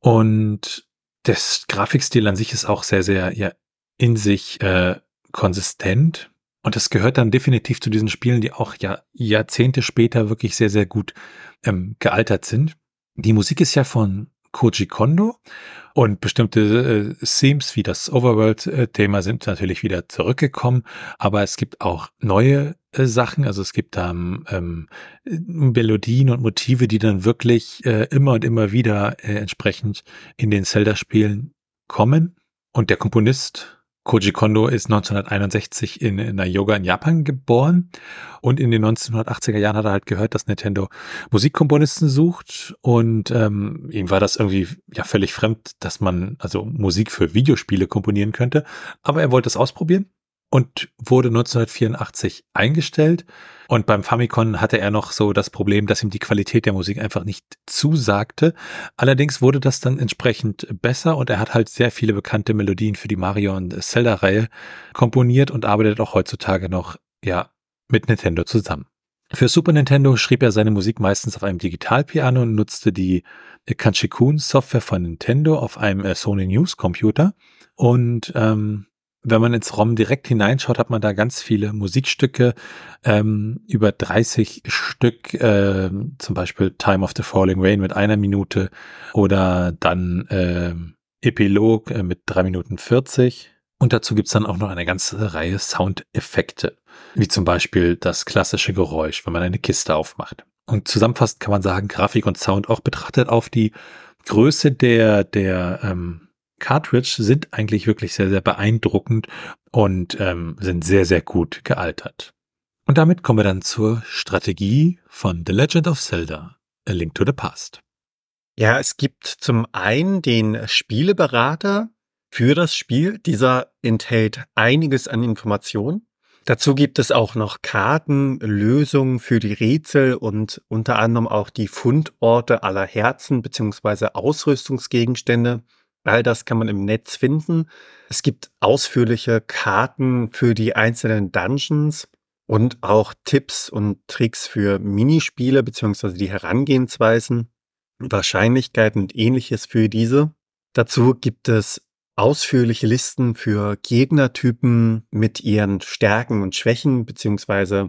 Und das Grafikstil an sich ist auch sehr, sehr in sich konsistent. Und das gehört dann definitiv zu diesen Spielen, die auch Jahrzehnte später wirklich sehr, sehr gut gealtert sind. Die Musik ist ja von Koji Kondo und bestimmte Themes wie das Overworld-Thema sind natürlich wieder zurückgekommen, aber es gibt auch neue Sachen, also es gibt da Melodien und Motive, die dann wirklich immer und immer wieder entsprechend in den Zelda-Spielen kommen. Und der Komponist Koji Kondo ist 1961 in Nyoga in Japan geboren und in den 1980er Jahren hat er halt gehört, dass Nintendo Musikkomponisten sucht und ihm war das irgendwie völlig fremd, dass man also Musik für Videospiele komponieren könnte, aber er wollte es ausprobieren und wurde 1984 eingestellt. Und beim Famicom hatte er noch so das Problem, dass ihm die Qualität der Musik einfach nicht zusagte. Allerdings wurde das dann entsprechend besser und er hat halt sehr viele bekannte Melodien für die Mario- und Zelda-Reihe komponiert und arbeitet auch heutzutage noch mit Nintendo zusammen. Für Super Nintendo schrieb er seine Musik meistens auf einem Digitalpiano und nutzte die Kanchi-Kun-Software von Nintendo auf einem Sony News Computer. Und wenn man ins ROM direkt hineinschaut, hat man da ganz viele Musikstücke, über 30 Stück, zum Beispiel Time of the Falling Rain mit 1 Minute oder dann Epilog mit 3 Minuten 40. Und dazu gibt's dann auch noch eine ganze Reihe Soundeffekte, wie zum Beispiel das klassische Geräusch, wenn man eine Kiste aufmacht. Und zusammenfassend kann man sagen, Grafik und Sound auch betrachtet auf die Größe der Cartridge sind eigentlich wirklich sehr, sehr beeindruckend und sind sehr, sehr gut gealtert. Und damit kommen wir dann zur Strategie von The Legend of Zelda: A Link to the Past. Ja, es gibt zum einen den Spieleberater für das Spiel. Dieser enthält einiges an Informationen. Dazu gibt es auch noch Karten, Lösungen für die Rätsel und unter anderem auch die Fundorte aller Herzen bzw. Ausrüstungsgegenstände. All das kann man im Netz finden. Es gibt ausführliche Karten für die einzelnen Dungeons und auch Tipps und Tricks für Minispiele bzw. die Herangehensweisen, Wahrscheinlichkeiten und ähnliches für diese. Dazu gibt es ausführliche Listen für Gegnertypen mit ihren Stärken und Schwächen bzw.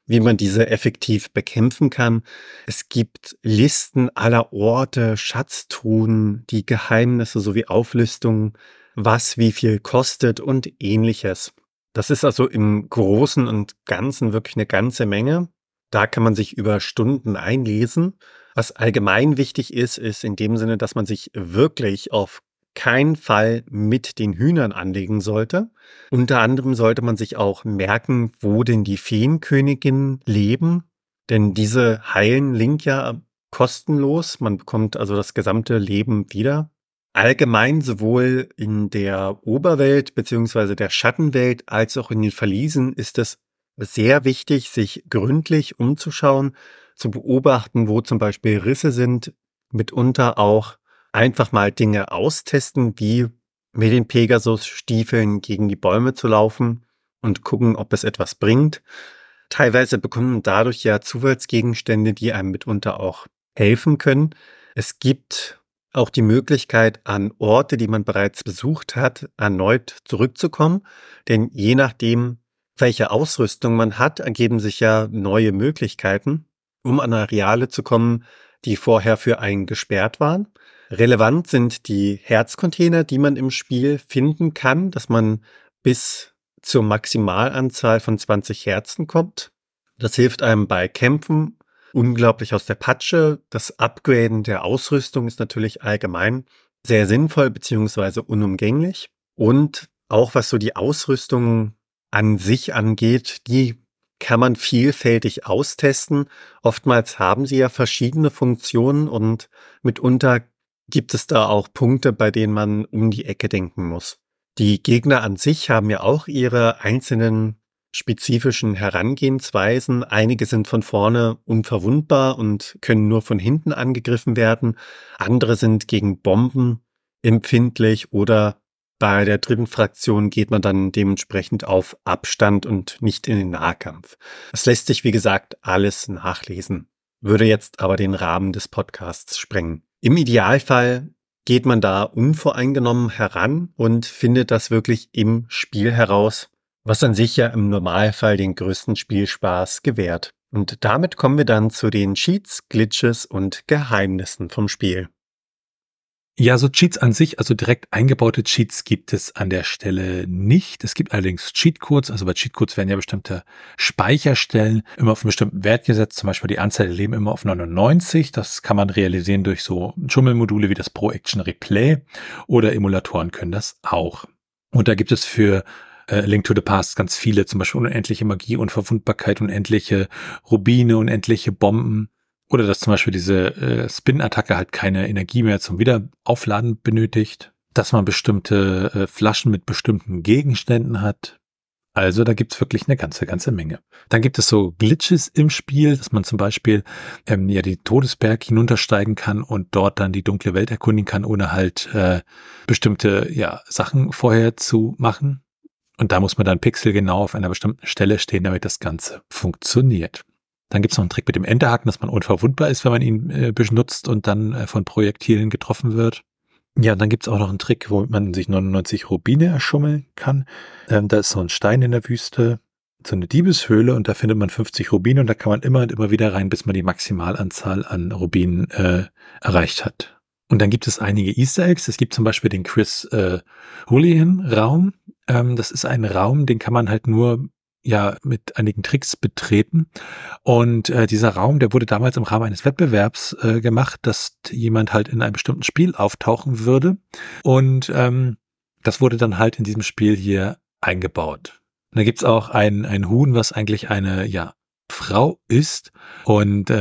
wie man diese effektiv bekämpfen kann. Es gibt Listen aller Orte, Schatztruhen, die Geheimnisse sowie Auflistungen, was wie viel kostet und ähnliches. Das ist also im Großen und Ganzen wirklich eine ganze Menge. Da kann man sich über Stunden einlesen. Was allgemein wichtig ist, ist in dem Sinne, dass man sich wirklich auf keinen Fall mit den Hühnern anlegen sollte. Unter anderem sollte man sich auch merken, wo denn die Feenköniginnen leben, denn diese heilen Link ja kostenlos. Man bekommt also das gesamte Leben wieder. Allgemein sowohl in der Oberwelt bzw. der Schattenwelt als auch in den Verliesen ist es sehr wichtig, sich gründlich umzuschauen, zu beobachten, wo zum Beispiel Risse sind, mitunter auch einfach mal Dinge austesten, wie mit den Pegasus-Stiefeln gegen die Bäume zu laufen und gucken, ob es etwas bringt. Teilweise bekommt man dadurch ja Zufallsgegenstände, die einem mitunter auch helfen können. Es gibt auch die Möglichkeit, an Orte, die man bereits besucht hat, erneut zurückzukommen. Denn je nachdem, welche Ausrüstung man hat, ergeben sich ja neue Möglichkeiten, um an Areale zu kommen, die vorher für einen gesperrt waren. Relevant sind die Herzcontainer, die man im Spiel finden kann, dass man bis zur Maximalanzahl von 20 Herzen kommt. Das hilft einem bei Kämpfen unglaublich aus der Patsche. Das Upgraden der Ausrüstung ist natürlich allgemein sehr sinnvoll bzw. unumgänglich. Und auch was so die Ausrüstung an sich angeht, die kann man vielfältig austesten. Oftmals haben sie ja verschiedene Funktionen und mitunter gibt es da auch Punkte, bei denen man um die Ecke denken muss. Die Gegner an sich haben ja auch ihre einzelnen spezifischen Herangehensweisen. Einige sind von vorne unverwundbar und können nur von hinten angegriffen werden. Andere sind gegen Bomben empfindlich oder bei der dritten Fraktion geht man dann dementsprechend auf Abstand und nicht in den Nahkampf. Das lässt sich, wie gesagt, alles nachlesen, würde jetzt aber den Rahmen des Podcasts sprengen. Im Idealfall geht man da unvoreingenommen heran und findet das wirklich im Spiel heraus, was an sich ja im Normalfall den größten Spielspaß gewährt. Und damit kommen wir dann zu den Cheats, Glitches und Geheimnissen vom Spiel. Ja, so Cheats an sich, also direkt eingebaute Cheats gibt es an der Stelle nicht. Es gibt allerdings Cheatcodes, also bei Cheatcodes werden ja bestimmte Speicherstellen immer auf einen bestimmten Wert gesetzt, zum Beispiel die Anzahl der Leben immer auf 99. Das kann man realisieren durch so Schummelmodule wie das Pro Action Replay oder Emulatoren können das auch. Und da gibt es für Link to the Past ganz viele, zum Beispiel unendliche Magie, Unverwundbarkeit, unendliche Rubine, unendliche Bomben. Oder dass zum Beispiel diese Spin-Attacke halt keine Energie mehr zum Wiederaufladen benötigt. Dass man bestimmte Flaschen mit bestimmten Gegenständen hat. Also da gibt's wirklich eine ganze Menge. Dann gibt es so Glitches im Spiel, dass man zum Beispiel ja die Todesberg hinuntersteigen kann und dort dann die dunkle Welt erkundigen kann, ohne halt bestimmte Sachen vorher zu machen. Und da muss man dann pixelgenau auf einer bestimmten Stelle stehen, damit das Ganze funktioniert. Dann gibt es noch einen Trick mit dem Enterhaken, dass man unverwundbar ist, wenn man ihn benutzt und dann von Projektilen getroffen wird. Ja, und dann gibt es auch noch einen Trick, womit man sich 99 Rubine erschummeln kann. Da ist so ein Stein in der Wüste, so eine Diebeshöhle und da findet man 50 Rubine und da kann man immer und immer wieder rein, bis man die Maximalanzahl an Rubinen erreicht hat. Und dann gibt es einige Easter Eggs. Es gibt zum Beispiel den Chris Houlihan-Raum. Das ist ein Raum, den kann man halt nur mit einigen Tricks betreten. Und dieser Raum, der wurde damals im Rahmen eines Wettbewerbs gemacht, dass jemand halt in einem bestimmten Spiel auftauchen würde. Und das wurde dann halt in diesem Spiel hier eingebaut. Und da gibt's auch ein Huhn, was eigentlich eine Frau ist und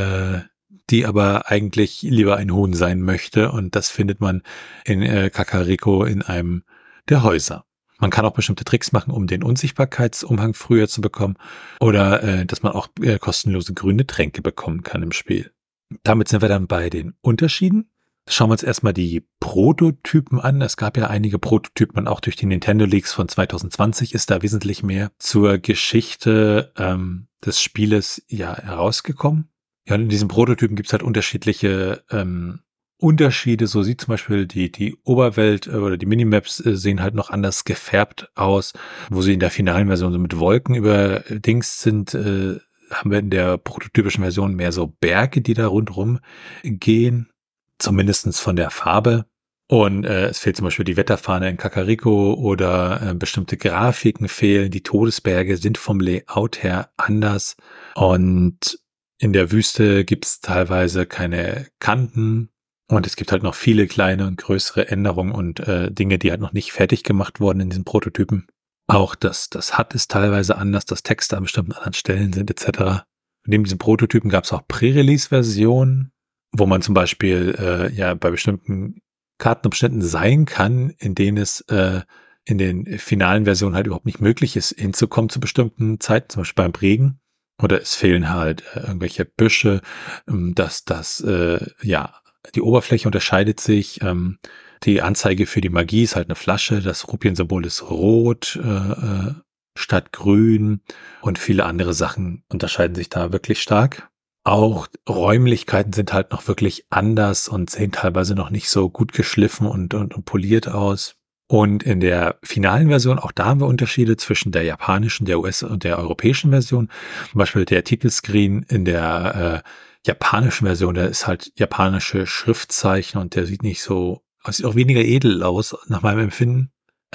die aber eigentlich lieber ein Huhn sein möchte. Und das findet man in Kakariko in einem der Häuser. Man kann auch bestimmte Tricks machen, um den Unsichtbarkeitsumhang früher zu bekommen oder dass man auch kostenlose grüne Tränke bekommen kann im Spiel. Damit sind wir dann bei den Unterschieden. Schauen wir uns erstmal die Prototypen an. Es gab ja einige Prototypen und auch durch die Nintendo Leaks von 2020 ist da wesentlich mehr zur Geschichte des Spieles herausgekommen. Ja, und in diesen Prototypen gibt es halt unterschiedliche Unterschiede, so sieht zum Beispiel die Oberwelt oder die Minimaps sehen halt noch anders gefärbt aus, wo sie in der finalen Version so mit Wolken überdings sind, haben wir in der prototypischen Version mehr so Berge, die da rundherum gehen, zumindestens von der Farbe. Und es fehlt zum Beispiel die Wetterfahne in Kakariko oder bestimmte Grafiken fehlen. Die Todesberge sind vom Layout her anders. Und in der Wüste gibt es teilweise keine Kanten. Und es gibt halt noch viele kleine und größere Änderungen und Dinge, die halt noch nicht fertig gemacht wurden in diesen Prototypen. Auch das HUD ist teilweise anders, dass Texte an bestimmten anderen Stellen sind etc. Neben diesen Prototypen gab es auch Pre-Release-Versionen, wo man zum Beispiel bei bestimmten Kartenabschnitten sein kann, in denen es in den finalen Versionen halt überhaupt nicht möglich ist, hinzukommen zu bestimmten Zeiten, zum Beispiel beim Regen. Oder es fehlen halt irgendwelche Büsche, die Oberfläche unterscheidet sich. Die Anzeige für die Magie ist halt eine Flasche. Das Rupiensymbol ist rot statt grün. Und viele andere Sachen unterscheiden sich da wirklich stark. Auch Räumlichkeiten sind halt noch wirklich anders und sehen teilweise noch nicht so gut geschliffen und poliert aus. Und in der finalen Version, auch da haben wir Unterschiede zwischen der japanischen, der US- und der europäischen Version. Zum Beispiel der Titelscreen in der japanischen Version, der ist halt japanische Schriftzeichen und der sieht nicht so, sieht auch weniger edel aus, nach meinem Empfinden.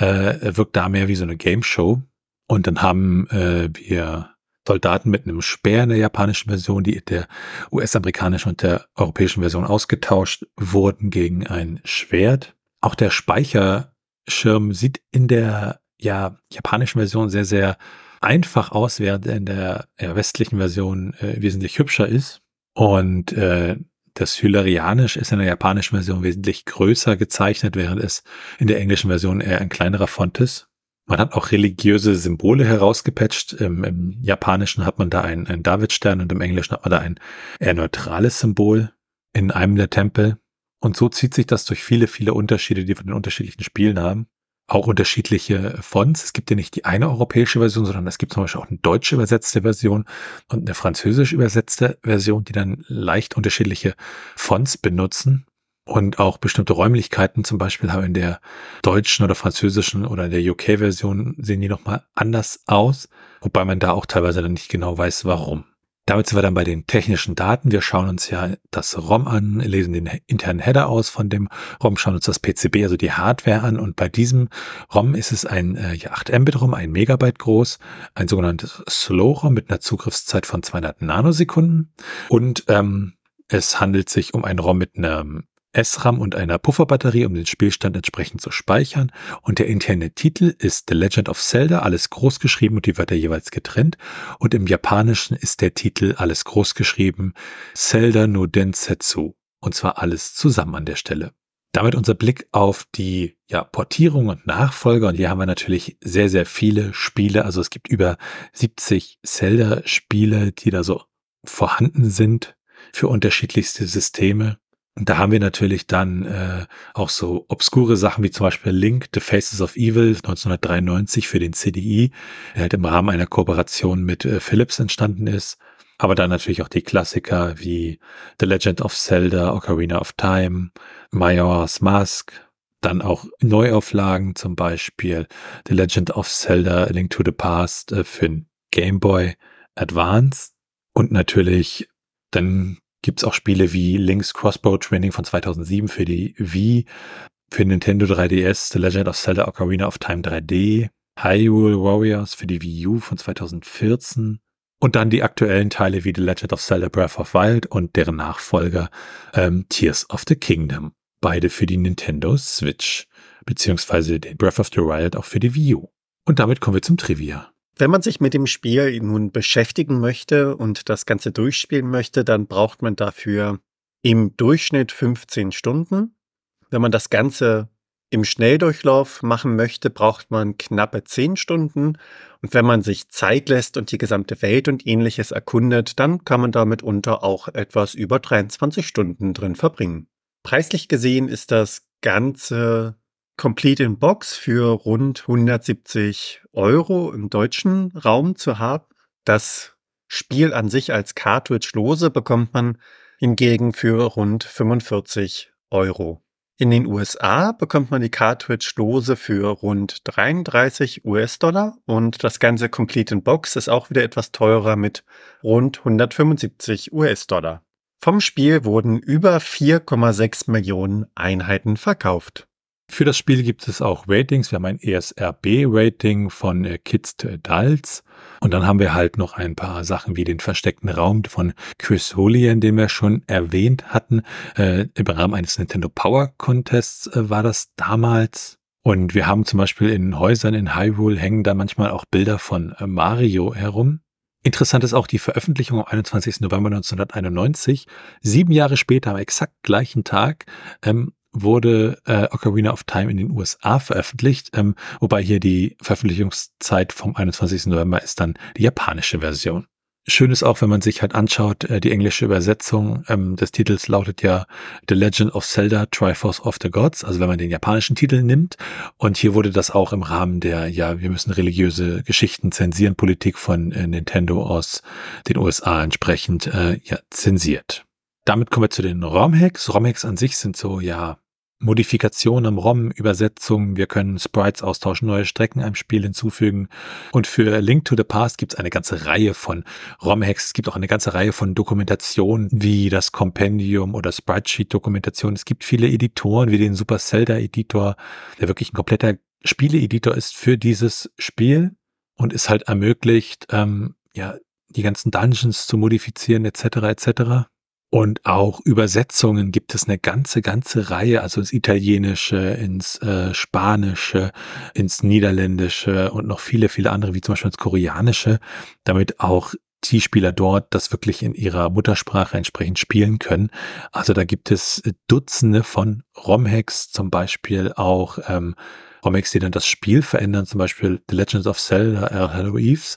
Er wirkt da mehr wie so eine Game Show. Und dann haben wir Soldaten mit einem Speer in der japanischen Version, die in der US-amerikanischen und der europäischen Version ausgetauscht wurden gegen ein Schwert. Auch der Speicherschirm sieht in der japanischen Version sehr, sehr einfach aus, während er in der westlichen Version wesentlich hübscher ist. Und das Hylarianisch ist in der japanischen Version wesentlich größer gezeichnet, während es in der englischen Version eher ein kleinerer Font ist. Man hat auch religiöse Symbole herausgepatcht. Im Japanischen hat man da einen Davidstern und im Englischen hat man da ein eher neutrales Symbol in einem der Tempel. Und so zieht sich das durch viele, viele Unterschiede, die wir in den unterschiedlichen Spielen haben. Auch unterschiedliche Fonts. Es gibt ja nicht die eine europäische Version, sondern es gibt zum Beispiel auch eine deutsche übersetzte Version und eine französisch übersetzte Version, die dann leicht unterschiedliche Fonts benutzen. Und auch bestimmte Räumlichkeiten zum Beispiel haben in der deutschen oder französischen oder der UK-Version sehen die nochmal anders aus, wobei man da auch teilweise dann nicht genau weiß, warum. Damit sind wir dann bei den technischen Daten. Wir schauen uns ja das ROM an, lesen den internen Header aus von dem ROM, schauen uns das PCB, also die Hardware an. Und bei diesem ROM ist es ein 8 Mbit ROM, 1 Megabyte groß, ein sogenanntes Slow-ROM mit einer Zugriffszeit von 200 Nanosekunden. Und es handelt sich um ein ROM mit einem SRAM und einer Pufferbatterie, um den Spielstand entsprechend zu speichern. Und der interne Titel ist The Legend of Zelda, alles groß geschrieben und die Wörter jeweils getrennt. Und im Japanischen ist der Titel alles groß geschrieben, Zelda no Densetsu. Und zwar alles zusammen an der Stelle. Damit unser Blick auf die Portierung und Nachfolger. Und hier haben wir natürlich sehr, sehr viele Spiele. Also es gibt über 70 Zelda-Spiele, die da so vorhanden sind für unterschiedlichste Systeme. Und da haben wir natürlich dann auch so obskure Sachen wie zum Beispiel Link, The Faces of Evil 1993 für den CDI, der halt im Rahmen einer Kooperation mit Philips entstanden ist. Aber dann natürlich auch die Klassiker wie The Legend of Zelda, Ocarina of Time, Majora's Mask, dann auch Neuauflagen, zum Beispiel The Legend of Zelda, A Link to the Past für den Game Boy Advance. Und natürlich dann gibt es auch Spiele wie Link's Crossbow Training von 2007 für die Wii, für Nintendo 3DS, The Legend of Zelda Ocarina of Time 3D, Hyrule Warriors für die Wii U von 2014 und dann die aktuellen Teile wie The Legend of Zelda Breath of Wild und deren Nachfolger Tears of the Kingdom. Beide für die Nintendo Switch, beziehungsweise den Breath of the Wild auch für die Wii U. Und damit kommen wir zum Trivia. Wenn man sich mit dem Spiel nun beschäftigen möchte und das Ganze durchspielen möchte, dann braucht man dafür im Durchschnitt 15 Stunden. Wenn man das Ganze im Schnelldurchlauf machen möchte, braucht man knappe 10 Stunden. Und wenn man sich Zeit lässt und die gesamte Welt und Ähnliches erkundet, dann kann man da mitunter auch etwas über 23 Stunden drin verbringen. Preislich gesehen ist das Ganze Complete in Box für rund 170 € im deutschen Raum zu haben. Das Spiel an sich als Cartridge lose bekommt man hingegen für rund 45 €. In den USA bekommt man die Cartridge lose für rund 33 US-Dollar und das ganze Complete in Box ist auch wieder etwas teurer mit rund 175 US-Dollar. Vom Spiel wurden über 4,6 Millionen Einheiten verkauft. Für das Spiel gibt es auch Ratings. Wir haben ein ESRB-Rating von Kids to Adults. Und dann haben wir halt noch ein paar Sachen wie den versteckten Raum von Chris Julian, den wir schon erwähnt hatten. Im Rahmen eines Nintendo Power Contests war das damals. Und wir haben zum Beispiel in Häusern in Hyrule hängen da manchmal auch Bilder von Mario herum. Interessant ist auch die Veröffentlichung am 21. November 1991. 7 Jahre später, am exakt gleichen Tag, wurde Ocarina of Time in den USA veröffentlicht, wobei hier die Veröffentlichungszeit vom 21. November ist dann die japanische Version. Schön ist auch, wenn man sich halt anschaut, die englische Übersetzung des Titels lautet ja The Legend of Zelda Triforce of the Gods, also wenn man den japanischen Titel nimmt. Und hier wurde das auch im Rahmen der, wir müssen religiöse Geschichten zensieren, Politik von Nintendo aus den USA entsprechend zensiert. Damit kommen wir zu den ROM-Hacks. ROM-Hacks an sich sind so, Modifikationen am ROM, Übersetzungen, wir können Sprites austauschen, neue Strecken einem Spiel hinzufügen. Und für Link to the Past gibt es eine ganze Reihe von ROM-Hacks. Es gibt auch eine ganze Reihe von Dokumentationen, wie das Compendium oder Sprite-Sheet-Dokumentation. Es gibt viele Editoren, wie den Super Zelda-Editor, der wirklich ein kompletter Spiele-Editor ist für dieses Spiel und es halt ermöglicht, die ganzen Dungeons zu modifizieren, etc. Und auch Übersetzungen gibt es eine ganze Reihe, also ins Italienische, ins Spanische, ins Niederländische und noch viele andere, wie zum Beispiel ins Koreanische, damit auch die Spieler dort das wirklich in ihrer Muttersprache entsprechend spielen können. Also da gibt es Dutzende von ROM-Hacks, zum Beispiel auch ROM-Hacks, die dann das Spiel verändern, zum Beispiel The Legend of Zelda Hello Eves,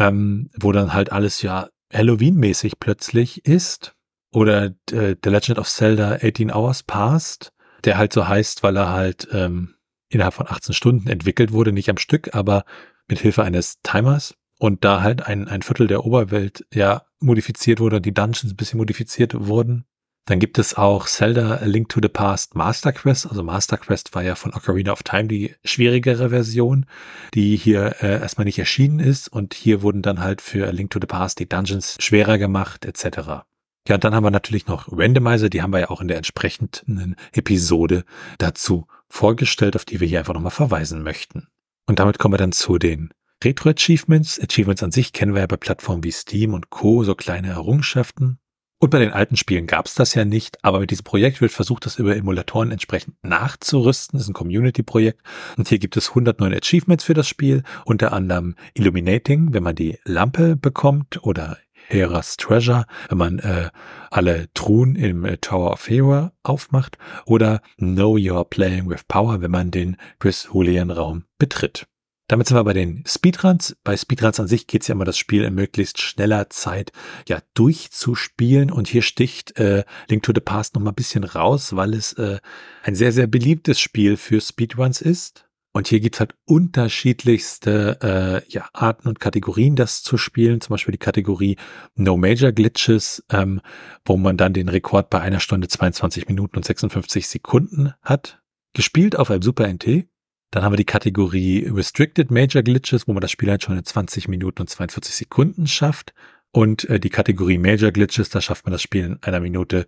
wo dann halt alles Halloween-mäßig plötzlich ist. Oder The Legend of Zelda 18 Hours Past, der halt so heißt, weil er halt innerhalb von 18 Stunden entwickelt wurde, nicht am Stück, aber mit Hilfe eines Timers. Und da halt ein Viertel der Oberwelt modifiziert wurde, die Dungeons ein bisschen modifiziert wurden. Dann gibt es auch Zelda A Link to the Past Master Quest. Also Master Quest war ja von Ocarina of Time die schwierigere Version, die hier erstmal nicht erschienen ist. Und hier wurden dann halt für A Link to the Past die Dungeons schwerer gemacht, etc. Ja, und dann haben wir natürlich noch Randomizer, die haben wir ja auch in der entsprechenden Episode dazu vorgestellt, auf die wir hier einfach nochmal verweisen möchten. Und damit kommen wir dann zu den Retro-Achievements. Achievements an sich kennen wir ja bei Plattformen wie Steam und Co., so kleine Errungenschaften. Und bei den alten Spielen gab es das ja nicht, aber mit diesem Projekt wird versucht, das über Emulatoren entsprechend nachzurüsten. Das ist ein Community-Projekt und hier gibt es 109 Achievements für das Spiel, unter anderem Illuminating, wenn man die Lampe bekommt, oder Hera's Treasure, wenn man alle Truhen im Tower of Hera aufmacht, oder Know You're Playing with Power, wenn man den Chris Julian Raum betritt. Damit sind wir bei den Speedruns. Bei Speedruns an sich geht es ja immer, das Spiel in möglichst schneller Zeit durchzuspielen, und hier sticht Link to the Past noch mal ein bisschen raus, weil es ein sehr beliebtes Spiel für Speedruns ist. Und hier gibt's halt unterschiedlichste Arten und Kategorien, das zu spielen. Zum Beispiel die Kategorie No Major Glitches, wo man dann den Rekord bei 1 Stunde 22 Minuten und 56 Sekunden hat. Gespielt auf einem Super NT. Dann haben wir die Kategorie Restricted Major Glitches, wo man das Spiel halt schon in 20 Minuten und 42 Sekunden schafft. Und die Kategorie Major Glitches, da schafft man das Spiel in 1 Minute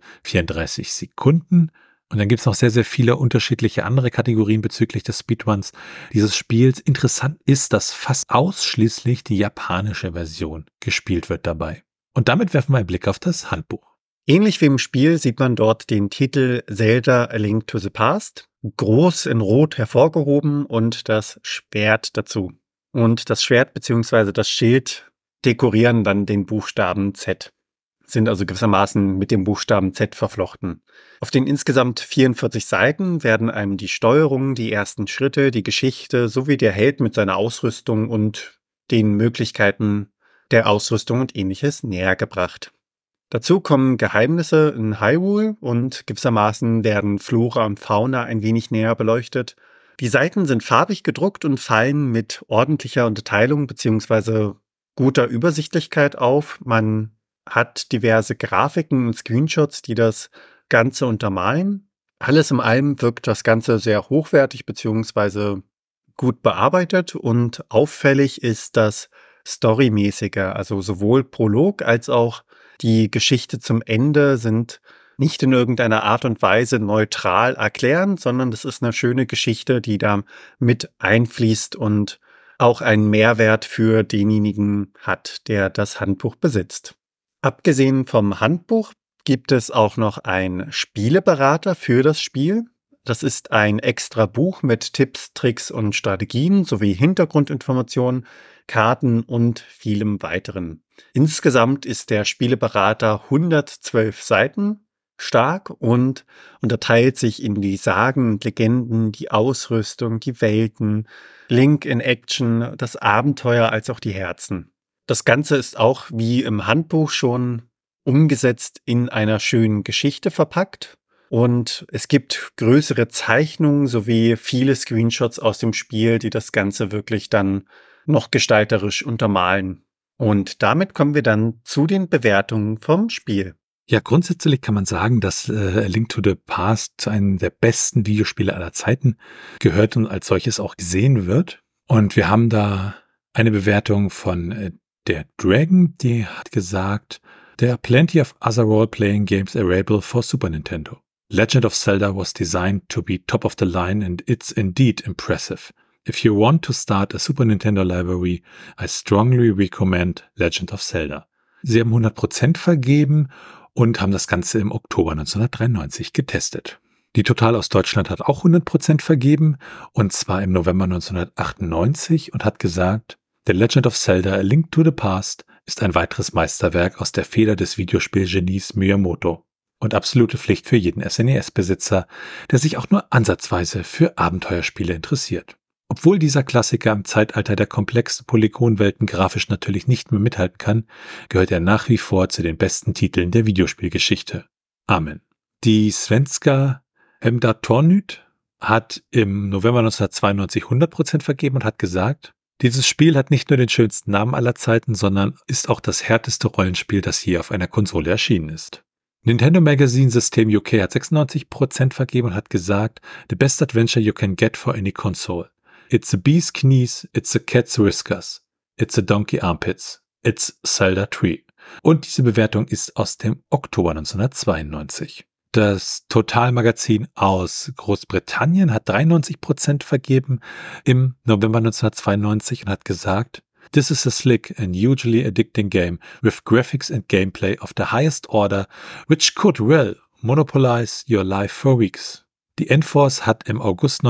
34 Sekunden. Und dann gibt es noch sehr viele unterschiedliche andere Kategorien bezüglich des Speedruns dieses Spiels. Interessant ist, dass fast ausschließlich die japanische Version gespielt wird dabei. Und damit werfen wir einen Blick auf das Handbuch. Ähnlich wie im Spiel sieht man dort den Titel Zelda A Link to the Past, groß in Rot hervorgehoben, und das Schwert dazu. Und das Schwert bzw. das Schild dekorieren dann den Buchstaben Z. Sind also gewissermaßen mit dem Buchstaben Z verflochten. Auf den insgesamt 44 Seiten werden einem die Steuerung, die ersten Schritte, die Geschichte sowie der Held mit seiner Ausrüstung und den Möglichkeiten der Ausrüstung und ähnliches näher gebracht. Dazu kommen Geheimnisse in Hyrule und gewissermaßen werden Flora und Fauna ein wenig näher beleuchtet. Die Seiten sind farbig gedruckt und fallen mit ordentlicher Unterteilung bzw. guter Übersichtlichkeit auf. Man hat diverse Grafiken und Screenshots, die das Ganze untermalen. Alles in allem wirkt das Ganze sehr hochwertig beziehungsweise gut bearbeitet und auffällig ist das Storymäßige. Also sowohl Prolog als auch die Geschichte zum Ende sind nicht in irgendeiner Art und Weise neutral erklärend, sondern das ist eine schöne Geschichte, die da mit einfließt und auch einen Mehrwert für denjenigen hat, der das Handbuch besitzt. Abgesehen vom Handbuch gibt es auch noch einen Spieleberater für das Spiel. Das ist ein extra Buch mit Tipps, Tricks und Strategien sowie Hintergrundinformationen, Karten und vielem weiteren. Insgesamt ist der Spieleberater 112 Seiten stark und unterteilt sich in die Sagen und Legenden, die Ausrüstung, die Welten, Link in Action, das Abenteuer als auch die Herzen. Das Ganze ist auch wie im Handbuch schon umgesetzt in einer schönen Geschichte verpackt. Und es gibt größere Zeichnungen sowie viele Screenshots aus dem Spiel, die das Ganze wirklich dann noch gestalterisch untermalen. Und damit kommen wir dann zu den Bewertungen vom Spiel. Ja, grundsätzlich kann man sagen, dass A Link to the Past zu einem der besten Videospiele aller Zeiten gehört und als solches auch gesehen wird. Und wir haben da eine Bewertung von der Dragon, die hat gesagt, there are plenty of other role-playing games available for Super Nintendo. Legend of Zelda was designed to be top of the line and it's indeed impressive. If you want to start a Super Nintendo library, I strongly recommend Legend of Zelda. Sie haben 100% vergeben und haben das Ganze im Oktober 1993 getestet. Die Total aus Deutschland hat auch 100% vergeben und zwar im November 1998 und hat gesagt, The Legend of Zelda A Link to the Past ist ein weiteres Meisterwerk aus der Feder des Videospielgenies Miyamoto und absolute Pflicht für jeden SNES-Besitzer, der sich auch nur ansatzweise für Abenteuerspiele interessiert. Obwohl dieser Klassiker im Zeitalter der komplexen Polygonwelten grafisch natürlich nicht mehr mithalten kann, gehört er nach wie vor zu den besten Titeln der Videospielgeschichte. Amen. Die Svenska Hemda Tornyt hat im November 1992 100% vergeben und hat gesagt, dieses Spiel hat nicht nur den schönsten Namen aller Zeiten, sondern ist auch das härteste Rollenspiel, das je auf einer Konsole erschienen ist. Nintendo Magazine System UK hat 96% vergeben und hat gesagt, the best adventure you can get for any console. It's a bee's knees, it's a cat's whiskers, it's a donkey armpits, it's Zelda Tree. Und diese Bewertung ist aus dem Oktober 1992. Das Total-Magazin aus Großbritannien hat 93% vergeben im November 1992 und hat gesagt, This is a slick and hugely addicting game with graphics and gameplay of the highest order, which could well monopolize your life for weeks. Die Enforce hat im August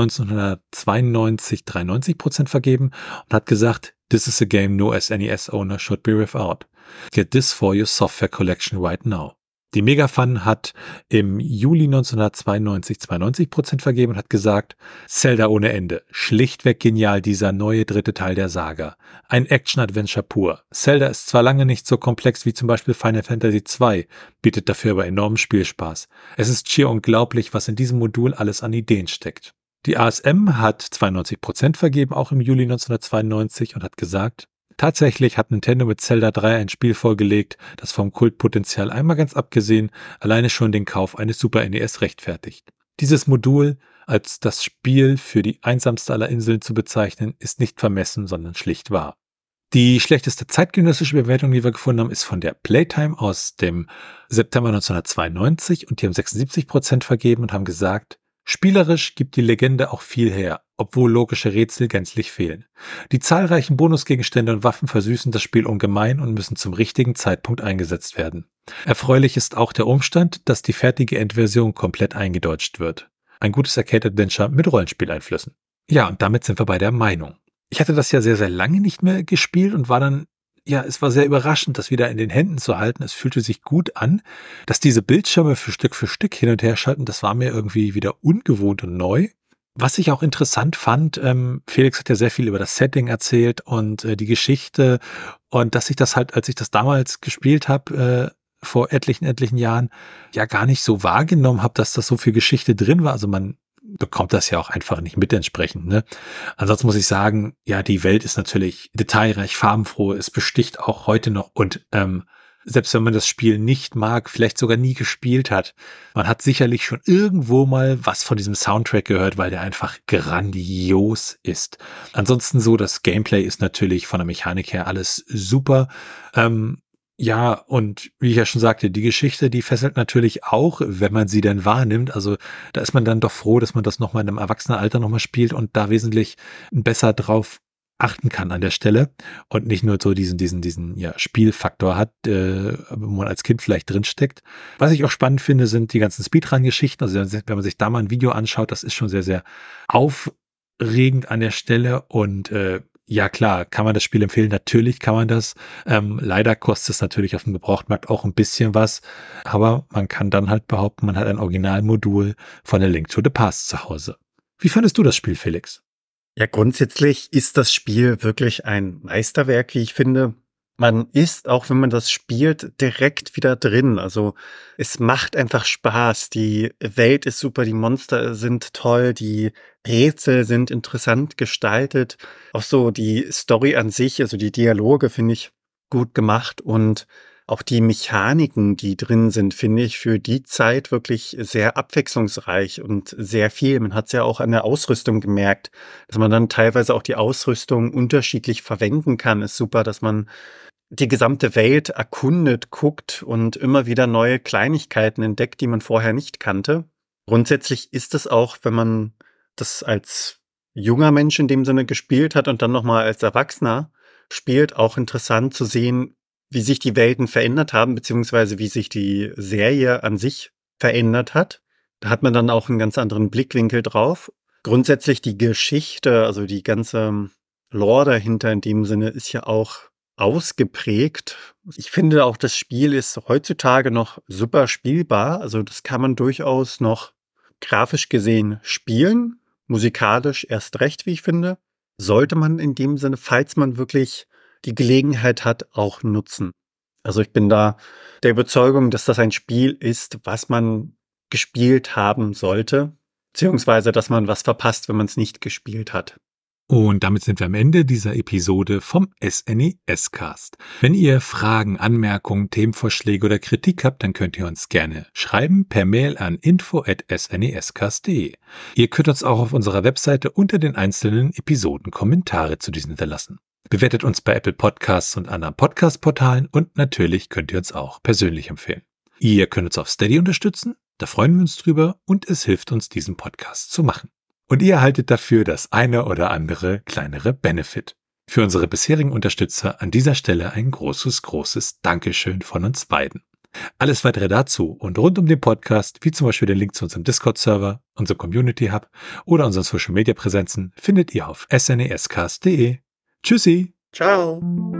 1992 93% vergeben und hat gesagt, This is a game no SNES owner should be without. Get this for your software collection right now. Die Megafun hat im Juli 1992 92% vergeben und hat gesagt, Zelda ohne Ende. Schlichtweg genial dieser neue dritte Teil der Saga. Ein Action-Adventure pur. Zelda ist zwar lange nicht so komplex wie zum Beispiel Final Fantasy II, bietet dafür aber enormen Spielspaß. Es ist schier unglaublich, was in diesem Modul alles an Ideen steckt. Die ASM hat 92% vergeben, auch im Juli 1992 und hat gesagt, tatsächlich hat Nintendo mit Zelda 3 ein Spiel vorgelegt, das vom Kultpotenzial einmal ganz abgesehen alleine schon den Kauf eines Super NES rechtfertigt. Dieses Modul als das Spiel für die einsamste aller Inseln zu bezeichnen, ist nicht vermessen, sondern schlicht wahr. Die schlechteste zeitgenössische Bewertung, die wir gefunden haben, ist von der Playtime aus dem September 1992 und die haben 76% vergeben und haben gesagt, spielerisch gibt die Legende auch viel her, obwohl logische Rätsel gänzlich fehlen. Die zahlreichen Bonusgegenstände und Waffen versüßen das Spiel ungemein und müssen zum richtigen Zeitpunkt eingesetzt werden. Erfreulich ist auch der Umstand, dass die fertige Endversion komplett eingedeutscht wird. Ein gutes Arcade-Adventure mit Rollenspieleinflüssen. Ja, und damit sind wir bei der Meinung. Ich hatte das ja sehr, sehr lange nicht mehr gespielt und war dann, ja, es war sehr überraschend, das wieder in den Händen zu halten. Es fühlte sich gut an, dass diese Bildschirme für Stück hin und her schalten. Das war mir irgendwie wieder ungewohnt und neu. Was ich auch interessant fand, Felix hat ja sehr viel über das Setting erzählt und die Geschichte und dass ich das halt, als ich das damals gespielt habe, vor etlichen Jahren, ja gar nicht so wahrgenommen habe, dass das so viel Geschichte drin war. Also man bekommt das ja auch einfach nicht mit entsprechend, ne? Ansonsten muss ich sagen, ja, die Welt ist natürlich detailreich, farbenfroh, es besticht auch heute noch und selbst wenn man das Spiel nicht mag, vielleicht sogar nie gespielt hat, man hat sicherlich schon irgendwo mal was von diesem Soundtrack gehört, weil der einfach grandios ist. Ansonsten so, das Gameplay ist natürlich von der Mechanik her alles super. Ja, und wie ich ja schon sagte, die Geschichte, die fesselt natürlich auch, wenn man sie denn wahrnimmt. Also da ist man dann doch froh, dass man das nochmal in einem Erwachsenenalter nochmal spielt und da wesentlich besser drauf achten kann an der Stelle und nicht nur so diesen ja, Spielfaktor hat, wo man als Kind vielleicht drinsteckt. Was ich auch spannend finde, sind die ganzen Speedrun-Geschichten. Also wenn man sich da mal ein Video anschaut, das ist schon sehr, sehr aufregend an der Stelle und ja klar, kann man das Spiel empfehlen? Natürlich kann man das. Leider kostet es natürlich auf dem Gebrauchtmarkt auch ein bisschen was, aber man kann dann halt behaupten, man hat ein Originalmodul von A Link to the Past zu Hause. Wie fandest du das Spiel, Felix? Ja, grundsätzlich ist das Spiel wirklich ein Meisterwerk, wie ich finde. Man ist, auch wenn man das spielt, direkt wieder drin. Also es macht einfach Spaß. Die Welt ist super, die Monster sind toll, die Rätsel sind interessant gestaltet. Auch so die Story an sich, also die Dialoge finde ich gut gemacht und auch die Mechaniken, die drin sind, finde ich für die Zeit wirklich sehr abwechslungsreich und sehr viel. Man hat es ja auch an der Ausrüstung gemerkt, dass man dann teilweise auch die Ausrüstung unterschiedlich verwenden kann. Ist super, dass man die gesamte Welt erkundet, guckt und immer wieder neue Kleinigkeiten entdeckt, die man vorher nicht kannte. Grundsätzlich ist es auch, wenn man das als junger Mensch in dem Sinne gespielt hat und dann nochmal als Erwachsener spielt, auch interessant zu sehen, wie sich die Welten verändert haben, beziehungsweise wie sich die Serie an sich verändert hat. Da hat man dann auch einen ganz anderen Blickwinkel drauf. Grundsätzlich die Geschichte, also die ganze Lore dahinter in dem Sinne ist ja auch ausgeprägt. Ich finde auch, das Spiel ist heutzutage noch super spielbar. Also das kann man durchaus noch grafisch gesehen spielen. Musikalisch erst recht, wie ich finde. Sollte man in dem Sinne, falls man wirklich die Gelegenheit hat, auch nutzen. Also ich bin da der Überzeugung, dass das ein Spiel ist, was man gespielt haben sollte, beziehungsweise dass man was verpasst, wenn man es nicht gespielt hat. Und damit sind wir am Ende dieser Episode vom SNES-Cast. Wenn ihr Fragen, Anmerkungen, Themenvorschläge oder Kritik habt, dann könnt ihr uns gerne schreiben per Mail an info@snescast.de. Ihr könnt uns auch auf unserer Webseite unter den einzelnen Episoden Kommentare zu diesen hinterlassen. Bewertet uns bei Apple Podcasts und anderen Podcast-Portalen und natürlich könnt ihr uns auch persönlich empfehlen. Ihr könnt uns auf Steady unterstützen, da freuen wir uns drüber und es hilft uns, diesen Podcast zu machen. Und ihr erhaltet dafür das eine oder andere kleinere Benefit. Für unsere bisherigen Unterstützer an dieser Stelle ein großes Dankeschön von uns beiden. Alles weitere dazu und rund um den Podcast, wie zum Beispiel den Link zu unserem Discord-Server, unserem Community Hub oder unseren Social-Media-Präsenzen, findet ihr auf snescast.de. Tschüssi! Ciao!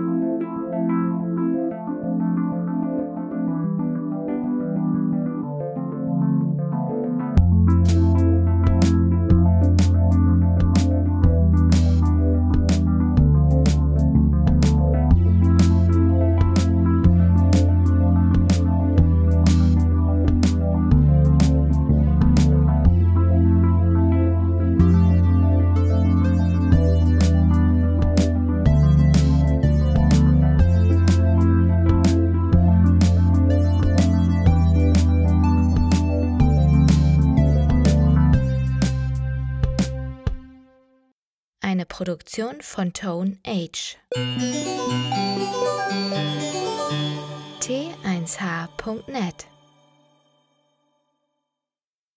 Eine Produktion von Tone Age. T1h.net